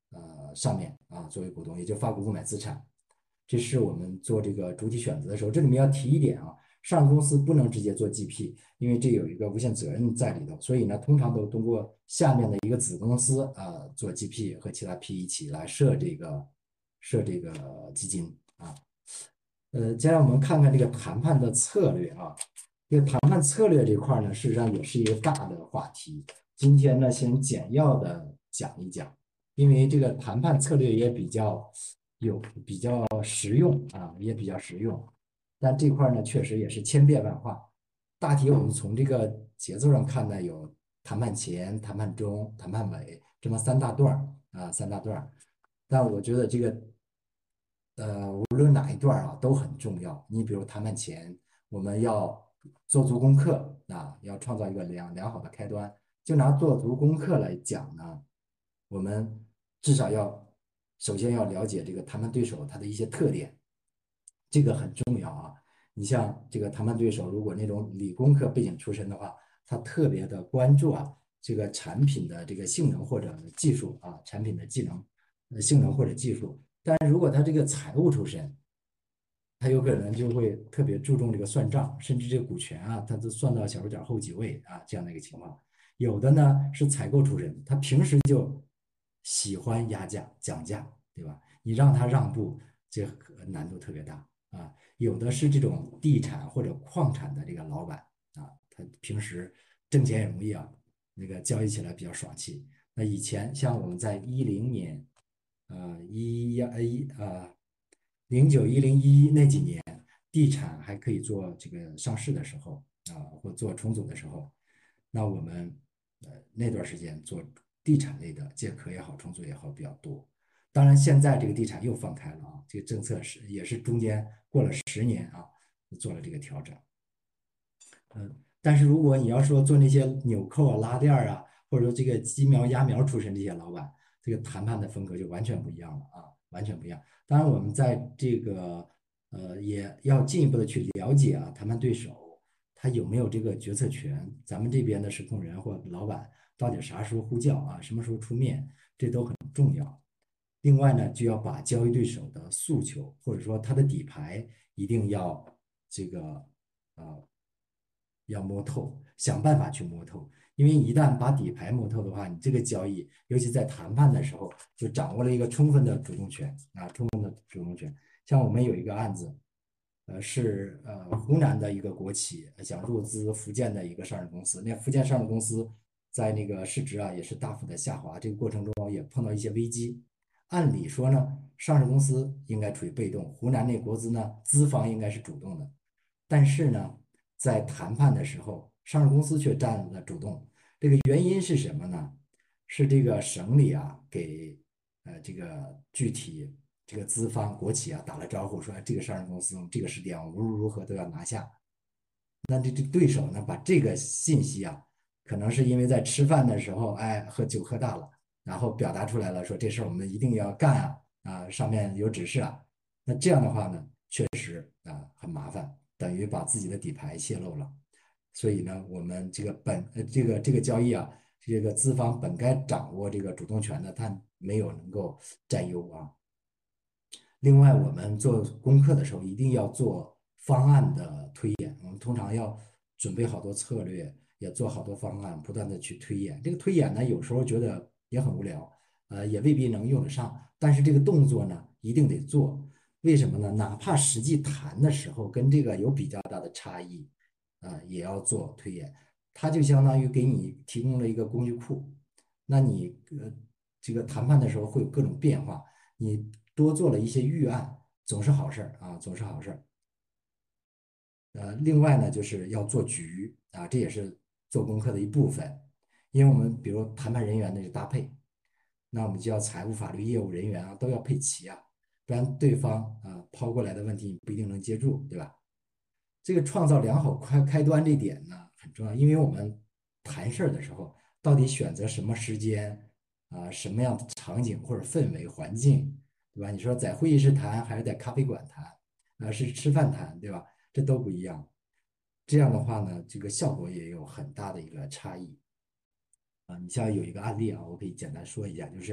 呃上面啊作为股东，也就发股购买资产。这是我们做这个主体选择的时候，这里面要提一点啊，上市公司不能直接做 G P，因为这有一个无限责任在里头，所以呢，通常都通过下面的一个子公司啊做 G P 和其他 P 一起来设这个设这个基金啊。呃，接下来我们看看这个谈判的策略啊，这个谈判策略这块呢，事实上也是一个大的话题。今天呢，先简要的讲一讲，因为这个谈判策略也比较有比较实用啊，也比较实用。但这块呢，确实也是千变万化。大体我们从这个节奏上看呢，有谈判前、谈判中、谈判尾这么三大段儿啊，三大段儿。但我觉得这个呃，无论哪一段啊都很重要。你比如谈判前，我们要做足功课啊，要创造一个良良好的开端。就拿做足功课来讲呢，我们至少要首先要了解这个谈判对手他的一些特点，这个很重要啊。你像这个谈判对手，如果那种理工科背景出身的话，他特别的关注啊这个产品的这个性能或者技术啊，产品的技能、呃性能或者技术。但如果他这个财务出身，他有可能就会特别注重这个算账，甚至这个股权啊，他都算到小数点后几位啊，这样的一个情况。有的呢是采购出身，他平时就喜欢压价讲价，对吧？你让他让步，这难度特别大啊。有的是这种地产或者矿产的这个老板啊，他平时挣钱也容易啊，那个交易起来比较爽气。那以前像我们在一零年，呃一呀一啊零九一零一那几年，地产还可以做这个上市的时候啊，或做重组的时候，那我们呃那段时间做地产类的借壳也好，重组也好比较多。当然，现在这个地产又放开了啊，这个政策是也是中间过了十年啊，做了这个调整。嗯，但是如果你要说做那些纽扣啊、拉链啊，或者说这个鸡苗鸭苗出身这些老板，这个谈判的风格就完全不一样了啊，完全不一样。当然，我们在这个呃也要进一步的去了解啊，谈判对手他有没有这个决策权，咱们这边的实控人或老板到底啥时候呼叫啊，什么时候出面，这都很重要。另外呢，就要把交易对手的诉求或者说他的底牌一定要这个呃要摸透，想办法去摸透。因为一旦把底牌摸透的话，你这个交易，尤其在谈判的时候，就掌握了一个充分的主动权啊，充分的主动权。像我们有一个案子，呃，是呃湖南的一个国企想入资福建的一个上市公司，那福建上市公司在那个市值啊也是大幅的下滑，这个过程中也碰到一些危机。按理说呢，上市公司应该处于被动，湖南那国资呢，资方应该是主动的。但是呢，在谈判的时候，上市公司却占了主动。这个原因是什么呢？是这个省里啊，给呃这个具体这个资方国企啊打了招呼，说这个上市公司这个时点无论如何都要拿下。那这这对手呢，把这个信息啊，可能是因为在吃饭的时候，哎，喝酒喝大了，然后表达出来了，说这事儿我们一定要干啊，啊，上面有指示啊。那这样的话呢，确实啊很麻烦，等于把自己的底牌泄露了。所以呢，我们这个本呃这个这个交易啊，这个资方本该掌握这个主动权的，他没有能够占优啊。另外，我们做功课的时候一定要做方案的推演。我们通常要准备好多策略，也做好多方案，不断的去推演。这个推演呢，有时候觉得也很无聊，呃，也未必能用得上。但是这个动作呢，一定得做。为什么呢？哪怕实际谈的时候跟这个有比较大的差异，啊、也要做推演。它就相当于给你提供了一个工具库。那你呃，这个谈判的时候会有各种变化。你多做了一些预案，总是好事儿啊，总是好事儿。呃，另外呢，就是要做局啊，这也是做功课的一部分。因为我们比如谈判人员的这个搭配，那我们就要财务、法律、业务人员啊都要配齐啊，不然对方啊抛过来的问题你不一定能接住，对吧？这个创造良好开开端这点呢很重要，因为我们谈事儿的时候，到底选择什么时间啊，什么样的场景或者氛围环境，对吧？你说在会议室谈还是在咖啡馆谈，啊，是吃饭谈，对吧？这都不一样。这样的话呢，这个效果也有很大的一个差异啊。你像有一个案例啊，我可以简单说一下，就是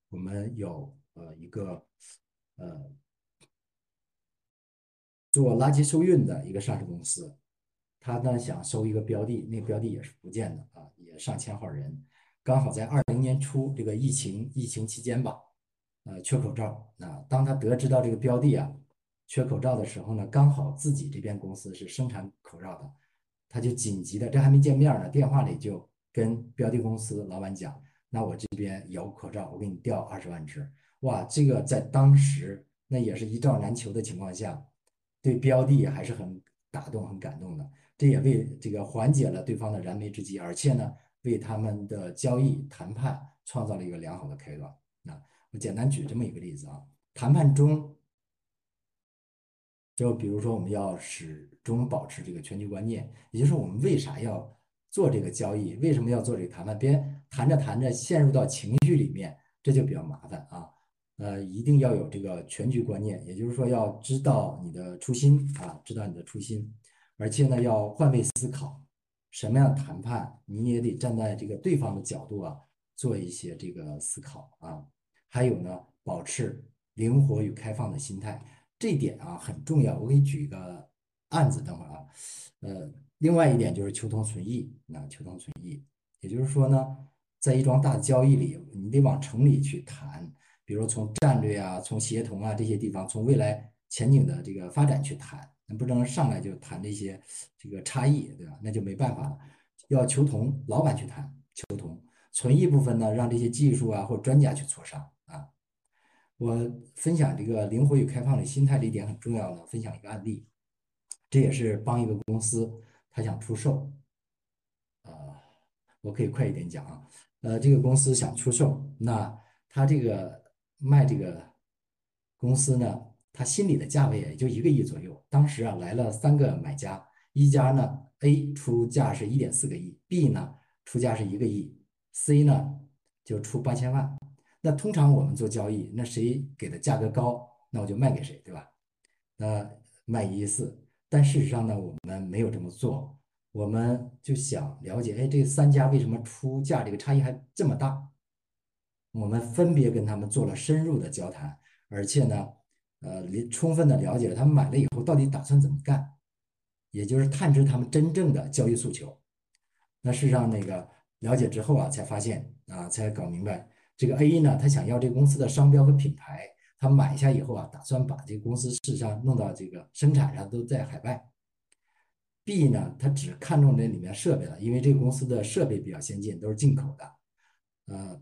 我们有呃一个呃做垃圾收运的一个上市公司，他呢想收一个标的，那个标的也是福建的啊，也上千号人，刚好在二零年初这个疫情疫情期间吧，呃缺口罩，那当他得知到这个标的啊缺口罩的时候呢，刚好自己这边公司是生产口罩的，他就紧急的，这还没见面呢，电话里就跟标的公司老板讲，那我这边有口罩，我给你调二十万只，哇，这个在当时那也是一罩难求的情况下，对标的还是很打动、很感动的。这也为这个缓解了对方的燃眉之急，而且呢，为他们的交易谈判创造了一个良好的开端。那我简单举这么一个例子啊，谈判中，就比如说我们要始终保持这个全局观念，也就是我们为啥要做这个交易，为什么要做这个谈判，别谈着谈着陷入到情绪里面，这就比较麻烦啊。呃，一定要有这个全局观念，也就是说要知道你的初心啊，知道你的初心，而且呢要换位思考，什么样的谈判你也得站在这个对方的角度啊，做一些这个思考啊。还有呢，保持灵活与开放的心态，这一点啊很重要。我给你举一个案子，等会儿啊，呃，另外一点就是求同存异，那求同存异，也就是说呢，在一桩大的交易里，你得往成里去谈。比如从战略啊、从协同啊这些地方，从未来前景的这个发展去谈，那不能上来就谈这些这个差异，对吧？那就没办法了，要求同，老板去谈求同，存异部分呢，让这些技术啊或专家去磋商啊。我分享这个灵活与开放的心态这一点很重要呢，分享一个案例，这也是帮一个公司，他想出售，呃，我可以快一点讲啊，呃，这个公司想出售，那他这个卖这个公司呢，他心里的价位也就一个亿左右。当时啊来了三个买家，一家呢 A 出价是一点四个亿，B 呢出价是一个亿，C 呢就出八千万。那通常我们做交易，那谁给的价格高，那我就卖给谁，对吧？那卖一亿四，但事实上呢，我们没有这么做，我们就想了解，哎，这三家为什么出价这个差异还这么大？我们分别跟他们做了深入的交谈，而且呢，呃，充充分的了解了他们买了以后到底打算怎么干，也就是探知他们真正的交易诉求。那事实上那个了解之后啊，才发现啊，才搞明白这个 A 呢，他想要这个公司的商标和品牌，他买下以后啊，打算把这个公司事实上弄到这个生产上都在海外。B 呢，他只看中这里面设备了，因为这个公司的设备比较先进，都是进口的。呃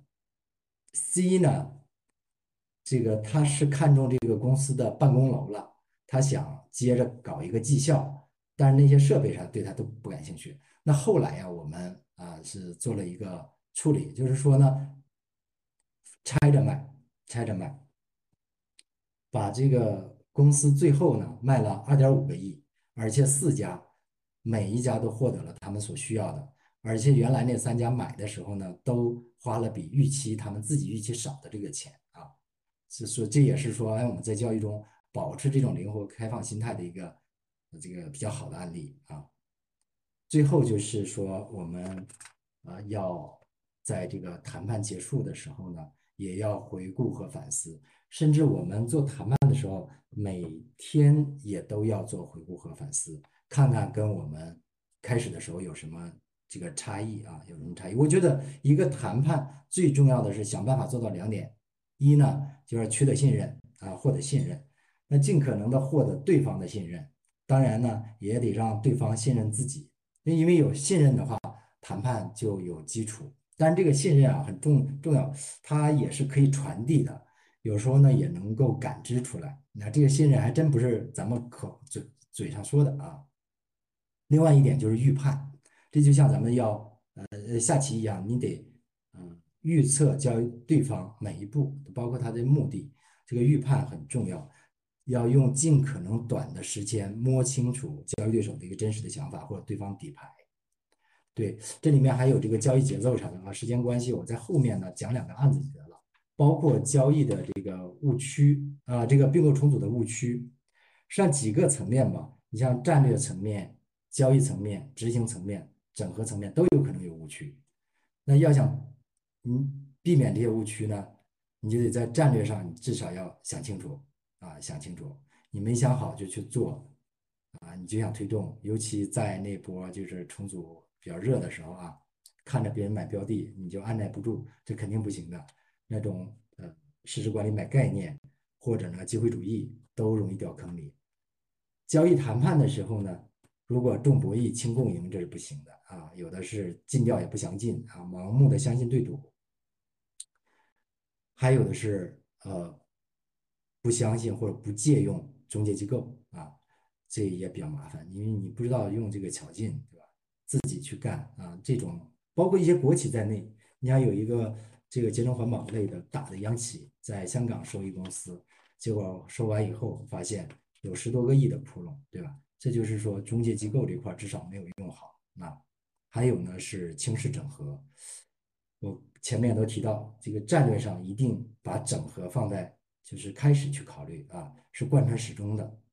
，C 呢，这个他是看中这个公司的办公楼了，他想接着搞一个绩效，但是那些设备上对他都不感兴趣。那后来呀，我们啊是做了一个处理，就是说呢，拆着卖，拆着卖，把这个公司最后呢卖了二点五个亿，而且四家每一家都获得了他们所需要的，而且原来那三家买的时候呢，都花了比预期他们自己预期少的这个钱啊。是说这也是说，哎，我们在交易中保持这种灵活开放心态的一个这个比较好的案例啊。最后就是说，我们啊要在这个谈判结束的时候呢，也要回顾和反思，甚至我们做谈判的时候，每天也都要做回顾和反思，看看跟我们开始的时候有什么这个差异啊，有什么差异。我觉得一个谈判最重要的是想办法做到两点，一呢就是取得信任啊，获得信任，那尽可能的获得对方的信任，当然呢也得让对方信任自己。因为有信任的话，谈判就有基础。但是这个信任啊很重重要，它也是可以传递的，有时候呢也能够感知出来。那这个信任还真不是咱们口嘴嘴上说的啊。另外一点就是预判，这就像咱们要呃下棋一样，你得嗯、呃预测交易对方每一步，包括他的目的，这个预判很重要。要用尽可能短的时间摸清楚交易对手的一个真实的想法或者对方底牌。对，这里面还有这个交易节奏上的啊，时间关系，我在后面呢讲两个案子就得了，包括交易的这个误区啊，这个并购重组的误区，实际上几个层面吧，你像战略层面、交易层面、执行层面、整合层面都有可能有误区。那要想嗯避免这些误区呢， 你就得在战略上，你至少要想清楚啊，想清楚。你没想好就去做啊，你就想推动，尤其在那波就是重组比较热的时候啊，看着别人买标的，你就按耐不住，这肯定不行的。那种呃市值管理买概念或者呢机会主义都容易掉坑里。交易谈判的时候呢，如果重博弈轻共赢，这是不行的啊。有的是进调也不详尽啊，盲目的相信对赌，还有的是呃不相信或者不借用中介机构啊，这也比较麻烦，因为你不知道用这个巧劲，对吧？自己去干啊，这种包括一些国企在内，你看有一个这个节能环保类的大的央企在香港收益公司，结果收完以后发现有十多个亿的窟窿，对吧？这就是说中介机构这块至少没有用好。那还有呢是轻视整合，我前面都提到，这个战略上一定把整合放在就是开始去考虑啊，是贯穿始终的。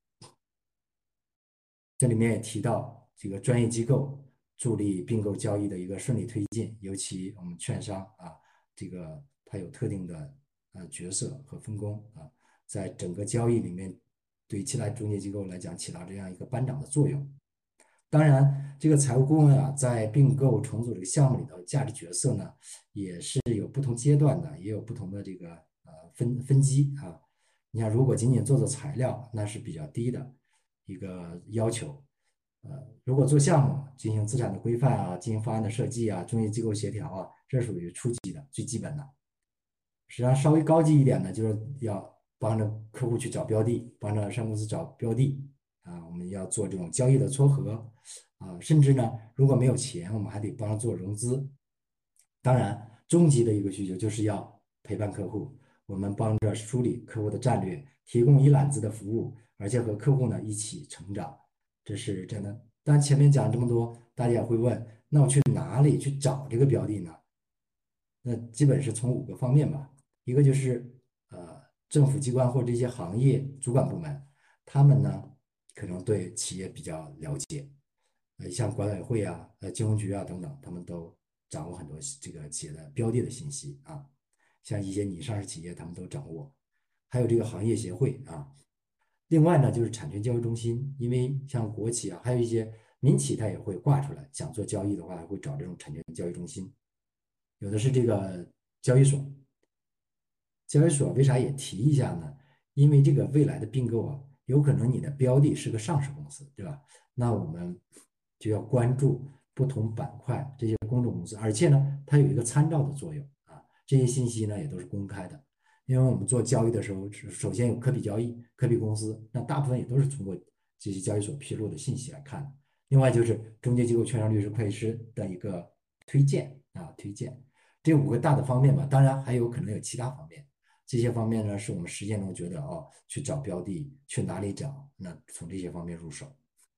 这里面也提到这个专业机构助力并购交易的一个顺利推进，尤其我们券商啊，这个它有特定的呃角色和分工啊，在整个交易里面，对其他中介机构来讲起到这样一个班长的作用。当然，这个财务顾问啊，在并购重组这个项目里头，价值角色呢，也是有不同阶段的，也有不同的这个呃分分级啊。你看，如果仅仅做做材料，那是比较低的一个要求。呃，如果做项目，进行资产的规范啊，进行方案的设计啊，中介机构协调啊，这属于初级的最基本的。实际上稍微高级一点的，就是要帮着客户去找标的，帮着上市公司找标的啊，我们要做这种交易的撮合啊，甚至呢，如果没有钱，我们还得帮着做融资。当然，终极的一个需求就是要陪伴客户，我们帮着梳理客户的战略，提供一揽子的服务，而且和客户呢一起成长，这是真的。但前面讲这么多，大家也会问，那我去哪里去找这个标的呢？那基本是从五个方面吧，一个就是呃政府机关或者这些行业主管部门，他们呢可能对企业比较了解，呃像管委会啊、呃金融局啊等等，他们都掌握很多这个企业的标的的信息啊，像一些拟上市企业他们都掌握，还有这个行业协会啊。另外呢就是产权交易中心，因为像国企啊，还有一些民企，它也会挂出来，想做交易的话，会找这种产权交易中心。有的是这个交易所，交易所为啥也提一下呢？因为这个未来的并购啊，有可能你的标的是个上市公司，对吧？那我们就要关注不同板块这些公众公司，而且呢，它有一个参照的作用啊。这些信息呢也都是公开的，因为我们做交易的时候，首先有可比交易、可比公司，那大部分也都是通过这些交易所披露的信息来看的。另外就是中介机构、券商、律师、会计师的一个推荐啊，推荐。这五个大的方面吧，当然还有可能有其他方面。这些方面呢，是我们实践中觉得哦，去找标的去哪里找，那从这些方面入手。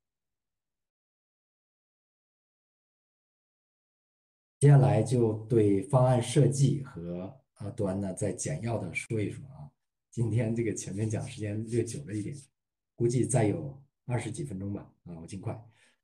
接下来就对方案设计和呃端呢再简要的说一说啊。今天这个前面讲时间略久了一点，估计再有二十几分钟吧，啊，我尽快。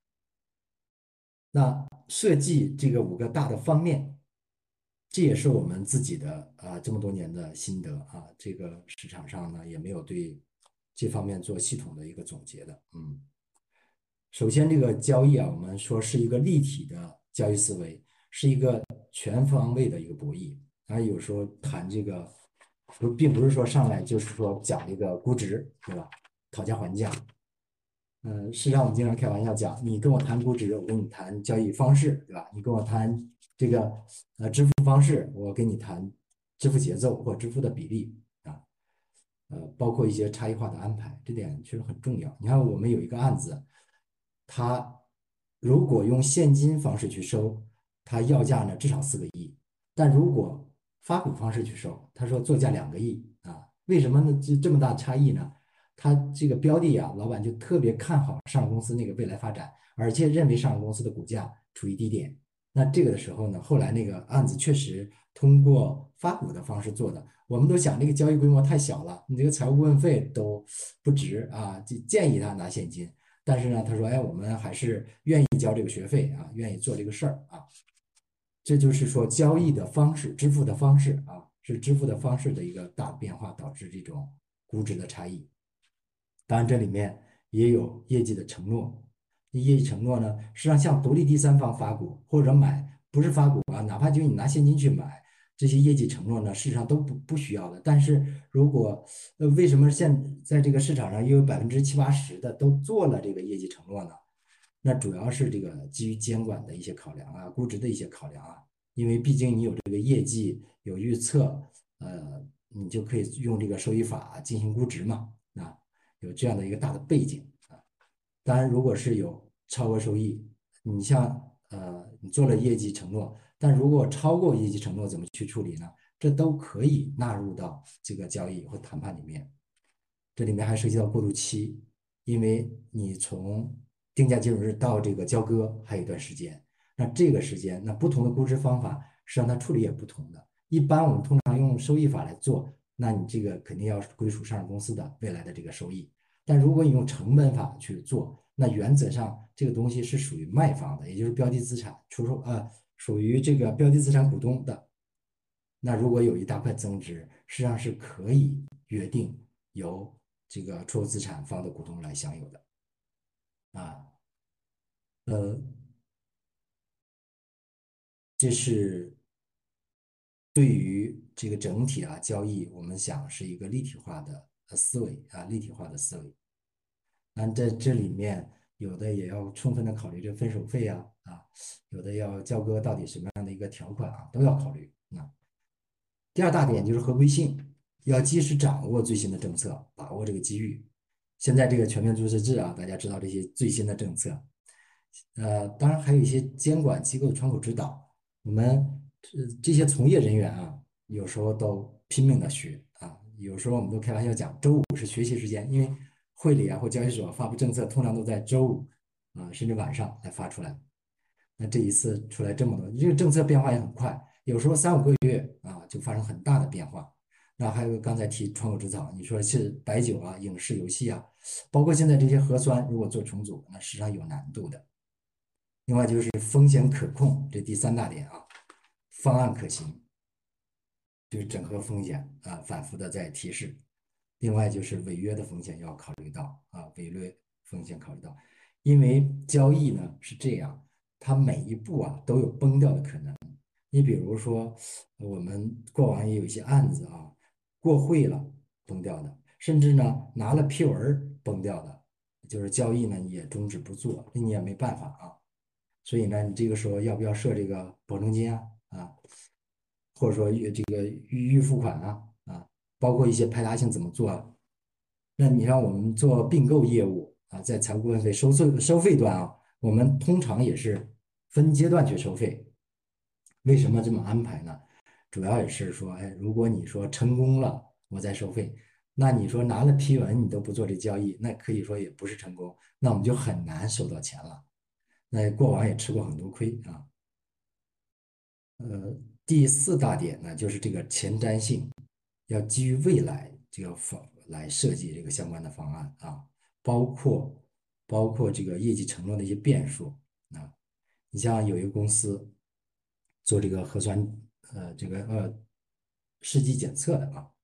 那设计这个五个大的方面，这也是我们自己的啊这么多年的心得啊。这个市场上呢也没有对这方面做系统的一个总结的。嗯，首先这个交易啊，我们说是一个立体的交易思维，是一个全方位的一个博弈。当然有时候谈这个，不并不是说上来就是说讲这个估值，对吧？讨价还价。嗯，实际上我们经常开玩笑讲，你跟我谈估值，我跟你谈交易方式，对吧？你跟我谈这个呃支付方式，我跟你谈支付节奏或支付的比例啊，呃，包括一些差异化的安排，这点确实很重要。你看，我们有一个案子，它如果用现金方式去收，它要价呢至少四个亿，但如果发股方式去收，他说作价两个亿啊，为什么呢？这这么大差异呢？他这个标的啊，老板就特别看好上市公司那个未来发展，而且认为上市公司的股价处于低点。那这个的时候呢，后来那个案子确实通过发股的方式做的，我们都想这个交易规模太小了，你这个财务顾问费都不值啊，就建议他拿现金。但是呢，他说，哎，我们还是愿意交这个学费啊，愿意做这个事儿啊。这就是说交易的方式、支付的方式啊， 是支付的方式的一个大变化导致这种估值的差异。当然，这里面也有业绩的承诺。业绩承诺呢，实际上向独立第三方发股或者买，不是发股啊，哪怕就你拿现金去买，这些业绩承诺呢，事实上都不不需要的。但是如果呃，为什么现在这个市场上又有百分之七八十的都做了这个业绩承诺呢？那主要是这个基于监管的一些考量啊，估值的一些考量啊，因为毕竟你有这个业绩有预测，呃，你就可以用这个收益法进行估值嘛，啊，有这样的一个大的背景啊。当然，如果是有超额收益，你像呃，你做了业绩承诺，但如果超过业绩承诺，怎么去处理呢？这都可以纳入到这个交易或谈判里面。这里面还涉及到过渡期，因为你从定价基准日到这个交割还有一段时间，那这个时间，那不同的估值方法，实际上它处理也不同的。一般我们通常用收益法来做，那你这个肯定要归属上市公司的未来的这个收益。但如果你用成本法去做，那原则上这个东西是属于卖方的，也就是标的资产出售啊，属于这个标的资产股东的。那如果有一大块增值，实际上是可以约定由这个出售资产方的股东来享有的啊。呃，这是对于这个整体啊交易，我们想是一个立体化的呃思维啊，立体化的思维。那在这里面，有的也要充分的考虑这分手费啊啊，有的要交割到底什么样的一个条款啊，都要考虑。那第二大点就是合规性，要及时掌握最新的政策，把握这个机遇。现在这个全面注册制啊，大家知道这些最新的政策，呃，当然还有一些监管机构的窗口指导，我们呃这些从业人员啊，有时候都拼命的学啊，有时候我们都开玩笑讲，周五是学习时间，因为会里啊或交易所发布政策，通常都在周五啊，甚至晚上来发出来。那这一次出来这么多，这个政策变化也很快，有时候三五个月啊就发生很大的变化。那还有刚才提窗口指导，你说是白酒啊、影视游戏啊，包括现在这些核酸，如果做重组，那实际上有难度的。另外就是风险可控，这第三大点啊，方案可行，就是整合风险啊，反复的在提示。另外就是违约的风险要考虑到啊，违约风险考虑到，因为交易呢是这样，它每一步啊都有崩掉的可能。你比如说，我们过往也有一些案子啊，过会了崩掉的，甚至呢拿了批文崩掉的，就是交易呢也终止不做，那你也没办法啊。所以呢，你这个时候要不要设这个保证金啊？啊，或者说预这个预预付款啊？啊，包括一些排他性怎么做啊？那你让我们做并购业务啊，在财务顾问费收费收费端啊，我们通常也是分阶段去收费。为什么这么安排呢？主要也是说，哎，如果你说成功了，我再收费，那你说拿了批文你都不做这交易，那可以说也不是成功，那我们就很难收到钱了。那过往也吃过很多亏啊。呃，第四大点呢，就是这个前瞻性，要基于未来这个方来设计这个相关的方案啊，包括包括这个业绩承诺的一些变数啊。你像有一个公司做这个核酸呃这个呃试剂检测的啊，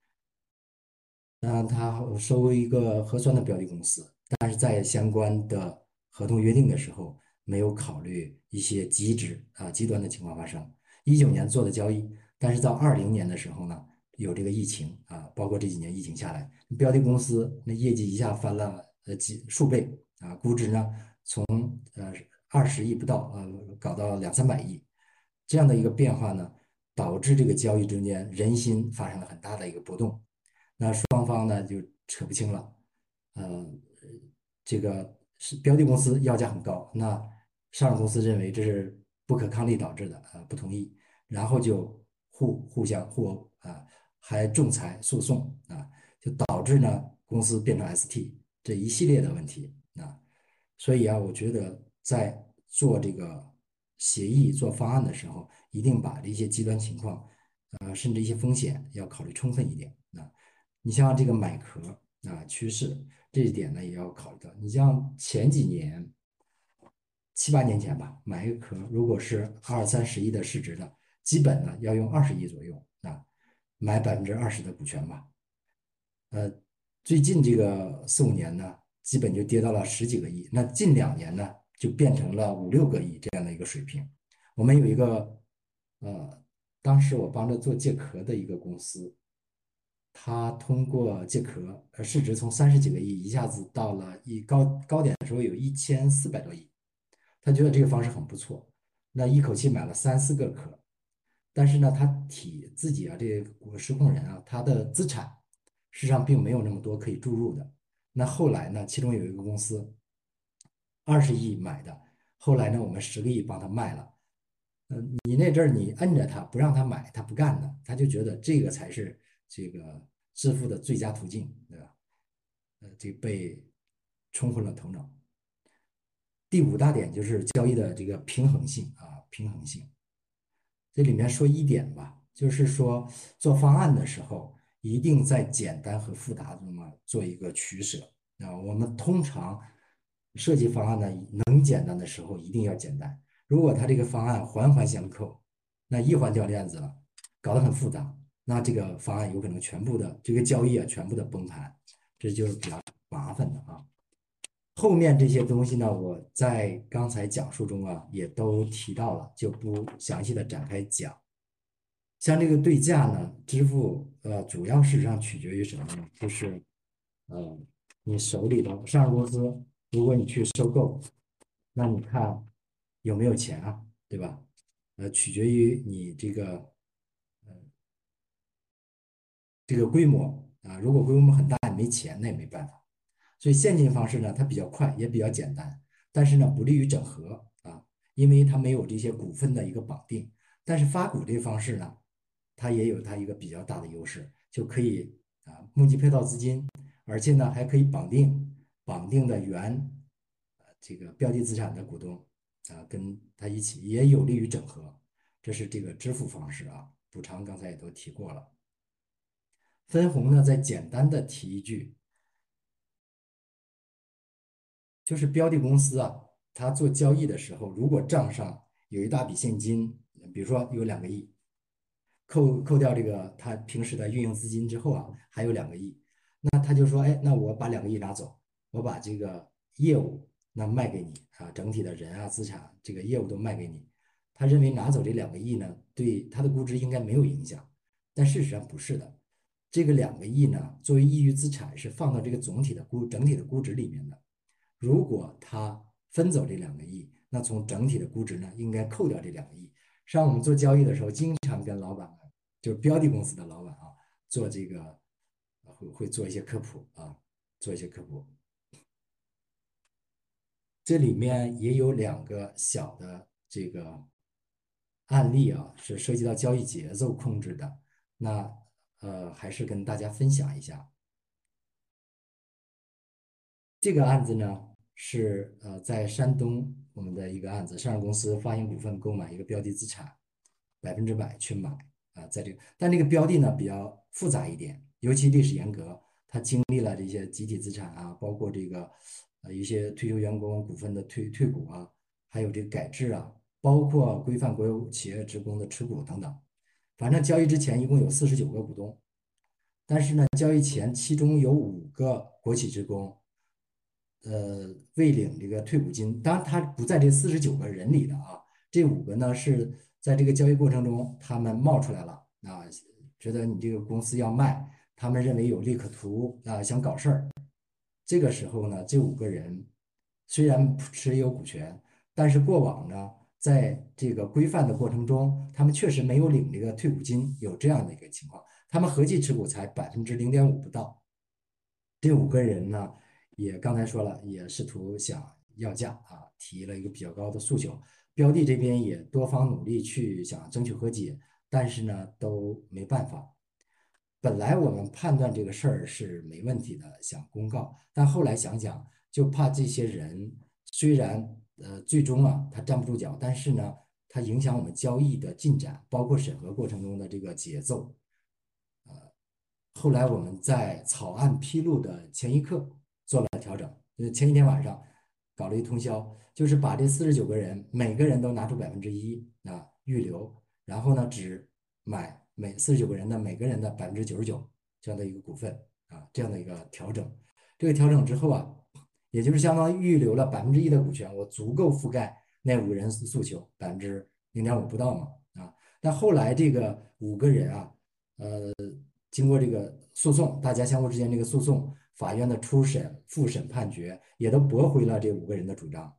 那他收一个核酸的标的公司，但是在相关的合同约定的时候，没有考虑一些极值啊极端的情况发生。一九年做的交易，但是到二零年的时候呢，有这个疫情啊，包括这几年疫情下来，标的公司那业绩一下翻了呃几数倍啊，估值呢从呃二十亿不到呃搞到两三百亿，这样的一个变化呢，导致这个交易中间人心发生了很大的一个波动。那双方呢就扯不清了，呃，这个是标的公司要价很高，那上市公司认为这是不可抗力导致的，呃，不同意，然后就互互相互殴啊，还仲裁诉讼啊，就导致呢公司变成 S T 这一系列的问题啊，所以啊，我觉得在做这个协议、做方案的时候，一定把这些极端情况，呃，甚至一些风险要考虑充分一点啊。你像这个买壳啊趋势这一点呢，也要考虑到。你像前几年七八年前吧，买一个壳，如果是二三十亿的市值的，基本呢要用二十亿左右啊。 买百分之二十的股权吧。呃，最近这个四五年呢，基本就跌到了十几个亿。那近两年呢，就变成了五六个亿这样的一个水平。我们有一个呃，当时我帮着做借壳的一个公司，它通过借壳，呃，市值从三十几个亿一下子到了一高高点的时候有一千四百多亿。他觉得这个方式很不错，那一口气买了三四个壳。但是呢，他体自己啊，这个实控人啊，他的资产实际上并没有那么多可以注入的。那后来呢，其中有一个公司二十亿买的，后来呢，我们十个亿帮他卖了。嗯，你那阵儿你摁着他不让他买，他不干的，他就觉得这个才是这个致富的最佳途径，对吧？呃，这被冲昏了头脑。第五大点就是交易的这个平衡性啊，平衡性。这里面说一点吧，就是说做方案的时候，一定在简单和复杂中啊做一个取舍啊。我们通常设计方案呢，能简单的时候一定要简单。如果它这个方案环环相扣，那一环掉链子了，搞得很复杂，那这个方案有可能全部的这个交易啊全部的崩盘，这就是比较麻烦的啊。后面这些东西呢，我在刚才讲述中啊也都提到了，就不详细的展开讲。像这个对价呢，支付呃，主要事实上取决于什么呢？就是呃，你手里的上市公司，如果你去收购，那你看有没有钱啊，对吧？呃，取决于你这个这个规模啊，如果规模很大，你没钱，那也没办法。所以现金方式呢，它比较快，也比较简单，但是呢，不利于整合啊，因为它没有这些股份的一个绑定。但是发股这个方式呢，它也有它一个比较大的优势，就可以啊募集配套资金，而且呢还可以绑定绑定的原呃这个标的资产的股东啊，跟它一起，也有利于整合。这是这个支付方式啊，补偿刚才也都提过了。分红呢，再简单的提一句，就是标的公司啊，它做交易的时候，如果账上有一大笔现金，比如说有两个亿，扣扣掉这个他平时的运营资金之后啊，还有两个亿，那他就说，哎，那我把两个亿拿走，我把这个业务那卖给你啊，整体的人啊资产这个业务都卖给你。他认为拿走这两个亿呢，对他的估值应该没有影响，但事实上不是的。这个两个亿呢，作为异域资产是放到这个总体的估整体的估值里面的。如果他分走这两个亿，那从整体的估值呢，应该扣掉这两个亿。上我们做交易的时候，经常跟老板们，就是标的公司的老板啊，做这个会会做一些科普啊，做一些科普。这里面也有两个小的这个案例啊，是涉及到交易节奏控制的。那呃，还是跟大家分享一下。这个案子呢是呃在山东我们的一个案子，上市公司发行股份购买一个标的资产，百分之百去买啊，在这个但这个标的呢比较复杂一点，尤其历史沿革，它经历了这些集体资产啊，包括这个呃一些退休员工股份的退退股啊，还有这个改制啊，包括规范国有企业职工的持股等等。反正交易之前一共有四十九个股东，但是呢，交易前其中有五个国企职工。呃未领这个退股金，当然他不在这四十九个人里的啊，这五个呢是在这个交易过程中他们冒出来了啊，觉得你这个公司要卖，他们认为有利可图啊，想搞事儿。这个时候呢，这五个人虽然持有股权，但是过往呢，在这个规范的过程中，他们确实没有领这个退股金，有这样的一个情况，他们合计持股才百分之零点五不到。这五个人呢，也刚才说了，也试图想要价啊，提了一个比较高的诉求。标的这边也多方努力去想争取和解，但是呢都没办法。本来我们判断这个事儿是没问题的，想公告，但后来想想，就怕这些人虽然呃最终啊他站不住脚，但是呢他影响我们交易的进展，包括审核过程中的这个节奏。后来我们在草案披露的前一刻做了调整，就是前一天晚上搞了一通宵，就是把这四十九个人每个人都拿出百分之一啊预留，然后呢只买每四十九个人的每个人的百分之九十九这样的一个股份啊，这样的一个调整。这个调整之后啊，也就是相当于预留了百分之一的股权，我足够覆盖那五个人诉求百分之零点五不到嘛啊。但后来这个五个人啊，呃，经过这个诉讼，大家相互之间这个诉讼，法院的初审、复审判决也都驳回了这五个人的主张。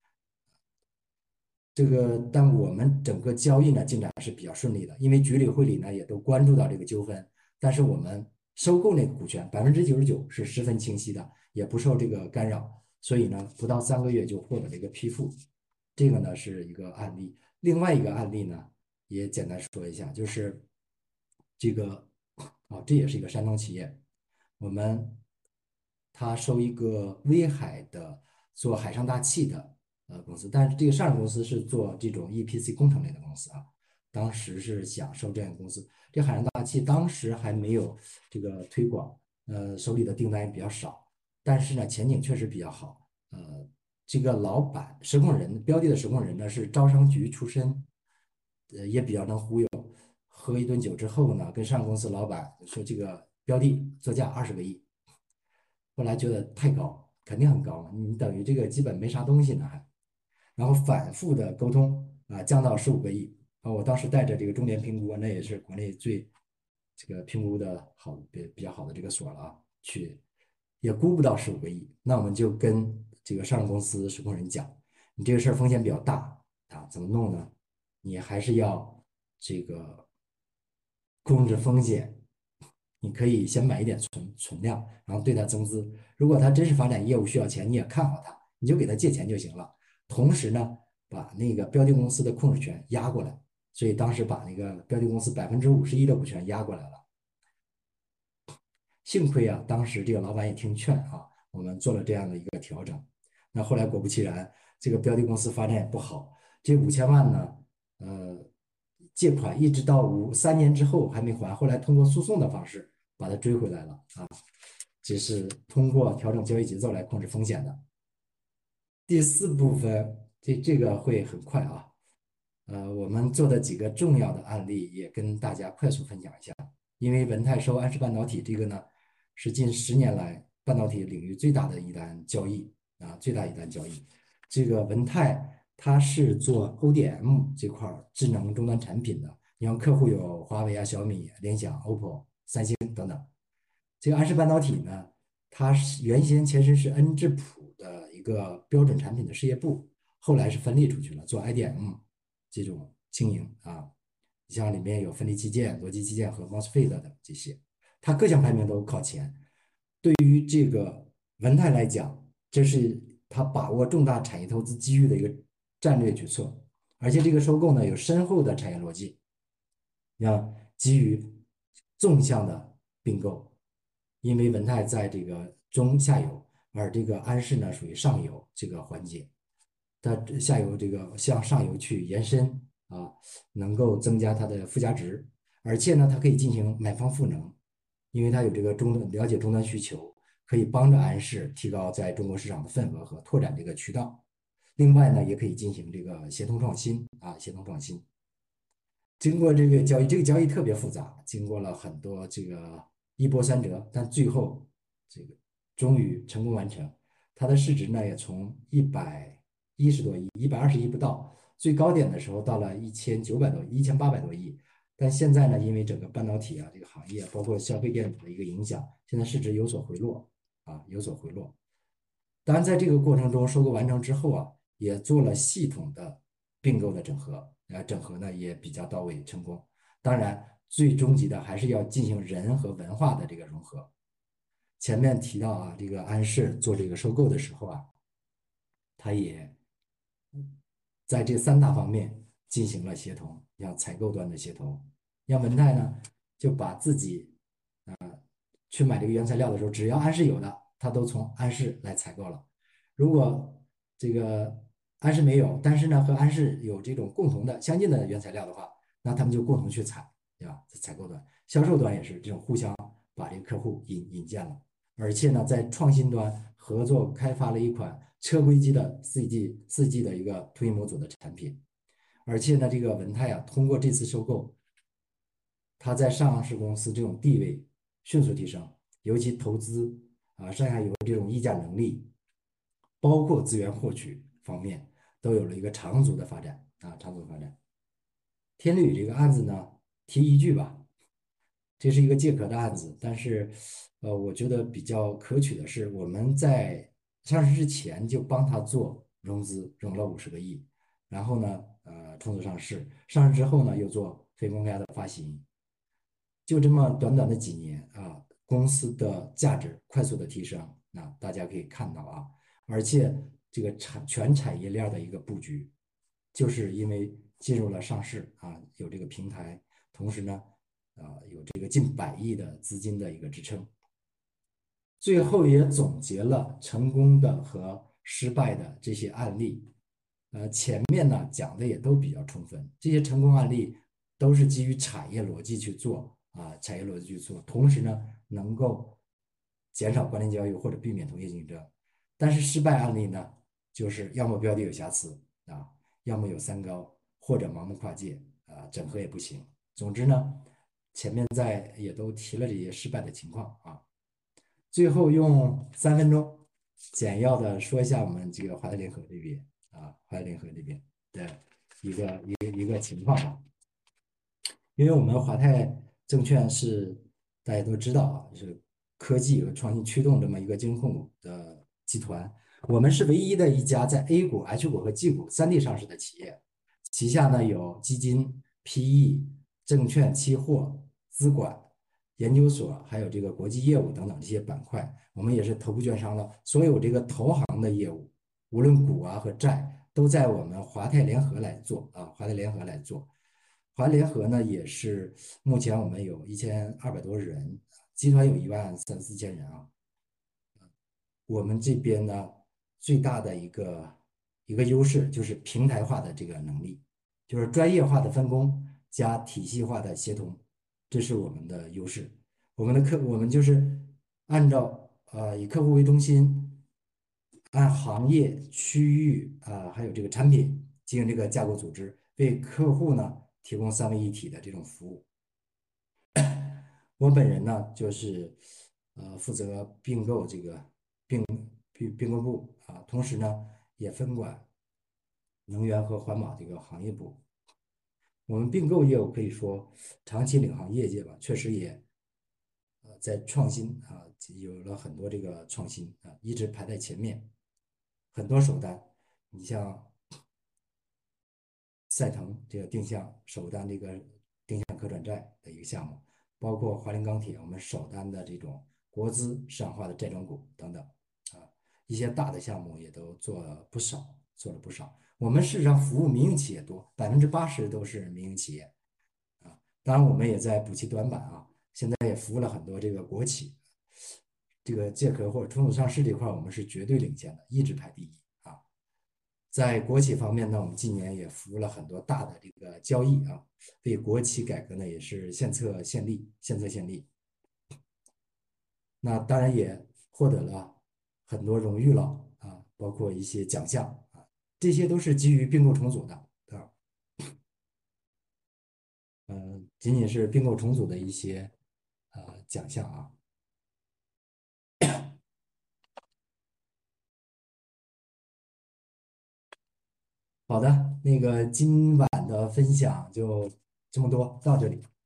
这个，但我们整个交易呢进展是比较顺利的，因为局里会里呢也都关注到这个纠纷，但是我们收购那个股权百分之九十九是十分清晰的，也不受这个干扰，所以呢不到三个月就获得了一个批复，这个呢是一个案例。另外一个案例呢也简单说一下，就是这个啊，这也是一个山东企业，我们他收一个威海的做海上大气的呃公司，但是这个上市公司是做这种 E P C 工程类的公司啊。当时是想收这样的公司，这海上大气当时还没有这个推广，呃，手里的订单也比较少，但是呢前景确实比较好。呃，这个老板实控人标的的实控人呢是招商局出身，呃，也比较能忽悠。喝一顿酒之后呢，跟上市公司老板说这个标的作价二十个亿，后来觉得太高，肯定很高嘛，你等于这个基本没啥东西呢还，然后反复的沟通啊，降到十五个亿啊，我当时带着这个中联评估，那也是国内最这个评估的好比比较好的这个所了啊，去也估不到十五个亿，那我们就跟这个上市公司实控人讲，你这个事儿风险比较大啊，怎么弄呢？你还是要这个控制风险，你可以先买一点存存量，然后对它增资。如果它真是发展业务需要钱，你也看好它，你就给他借钱就行了。同时呢，把那个标的公司的控制权压过来。所以当时把那个标的公司百分之五十一的股权压过来了。幸亏啊，当时这个老板也听劝啊，我们做了这样的一个调整。那后来果不其然，这个标的公司发展也不好，这五千万呢，呃，借款一直到五三年之后还没还，后来通过诉讼的方式把它追回来了啊。这是通过调整交易节奏来控制风险的。第四部分，这这个会很快啊，呃，我们做的几个重要的案例也跟大家快速分享一下。因为文泰收安氏半导体这个呢，是近十年来半导体领域最大的一单交易啊，最大一单交易。这个文泰它是做 O D M 这块智能终端产品的，你像客户有华为啊、小米、联想、O P P O、三星等等。这个安氏半导体呢，它是原先前身是恩智浦的一个标准产品的事业部，后来是分立出去了，做 I D M 这种经营啊。像里面有分离器件、逻辑器件和 MOSFET 的这些，它各项排名都靠前。对于这个文泰来讲，这是他把握重大产业投资机遇的一个战略举措，而且这个收购呢有深厚的产业逻辑，要基于纵向的并购，因为文泰在这个中下游，而这个安氏呢属于上游这个环节，它下游这个向上游去延伸啊，能够增加它的附加值，而且呢，它可以进行买方赋能，因为它有这个终端了解终端需求，可以帮着安氏提高在中国市场的份额和拓展这个渠道。另外呢，也可以进行这个协同创新啊，协同创新。经过这个交易，这个交易特别复杂，经过了很多这个一波三折，但最后这个终于成功完成。它的市值呢也从一百一十多亿、一百二十亿不到，最高点的时候到了一千九百多亿、一千八百多亿。但现在呢，因为整个半导体啊这个行业，包括消费电子的一个影响，现在市值有所回落啊，有所回落。当然，在这个过程中，收购完成之后啊，也做了系统的并购的整合，啊，整合呢也比较到位，成功。当然，最终极的还是要进行人和文化的这个融合。前面提到啊，这个安氏做这个收购的时候啊，他也在这三大方面进行了协同，像采购端的协同，像文泰呢就把自己去买这个原材料的时候，只要安氏有的，他都从安氏来采购了。如果这个安氏没有，但是呢和安氏有这种共同的相近的原材料的话，那他们就共同去采，对吧？采购端、销售端也是这种互相把这个客户引引荐了，而且呢在创新端合作开发了一款车规机的四 G 四 G 的一个图形模组的产品，而且呢这个文泰啊通过这次收购。 它在上市公司这种地位迅速提升，尤其投资啊、上下游这种议价能力，包括资源获取方面，都有了一个长足的发展啊，长足的发展。天旅这个案子呢，提一句吧，这是一个借壳的案子，但是，呃，我觉得比较可取的是，我们在上市之前就帮他做融资，融了五十个亿，然后呢，呃，重组上市，上市之后呢，又做非公开的发行，就这么短短的几年啊，公司的价值快速的提升，那大家可以看到啊，而且这个产全产业链的一个布局，就是因为进入了上市啊，有这个平台，同时呢。啊，有这个近百亿的资金的一个支撑。最后也总结了成功的和失败的这些案例。呃，前面呢讲的也都比较充分，这些成功案例都是基于产业逻辑去做啊，产业逻辑去做，同时呢能够减少关联交易或者避免同业竞争。但是失败案例呢，就是要么标的有瑕疵啊，要么有三高，或者盲目跨界啊，整合也不行。总之呢，前面在也都提了这些失败的情况啊。最后用三分钟简要的说一下我们这个华泰联合这边啊，华泰联合这边的一个一个一个情况吧。因为我们华泰证券是大家都知道啊，是科技和创新驱动这么一个金融控股的集团。我们是唯一的一家在 A 股、H 股和 G 股三地上市的企业，旗下呢有基金、P E、证券、期货、资管、研究所，还有这个国际业务等等这些板块。我们也是头部券商了，所有这个投行的业务，无论股啊和债，都在我们华泰联合来做啊，华泰联合来做。华联合呢，也是目前我们有一千二百多人，集团有一万三四千人啊。我们这边呢，最大的一个一个优势就是平台化的这个能力，就是专业化的分工加体系化的协同，这是我们的优势。我们的客，我们就是按照呃以客户为中心，按行业、区域啊、呃还有这个产品进行这个架构组织，为客户呢提供三位一体的这种服务。我本人呢，就是呃负责并购这个并并并购部啊，同时呢也分管能源和环保这个行业部。我们并购业务可以说长期领航业界吧，确实也呃在创新啊有了很多这个创新啊，一直排在前面。很多首单，你像赛腾这个定向首单这个定向可转债的一个项目，包括华菱钢铁我们首单的这种国资市场化的债转股等等啊，一些大的项目也都做了不少，做了不少。我们事实上服务民营企业多，百分之八十都是民营企业啊。当然，我们也在补齐短板啊，现在也服务了很多这个国企，这个借壳或者重组上市这块，我们是绝对领先的，一直排第一啊。在国企方面呢，我们今年也服务了很多大的这个交易啊，为国企改革呢也是献策献力，献策献力。那当然也获得了很多荣誉了啊，包括一些奖项啊，这些都是基于并购重组的啊，呃，仅仅是并购重组的一些呃奖项啊。好的，那个今晚的分享就这么多，到这里。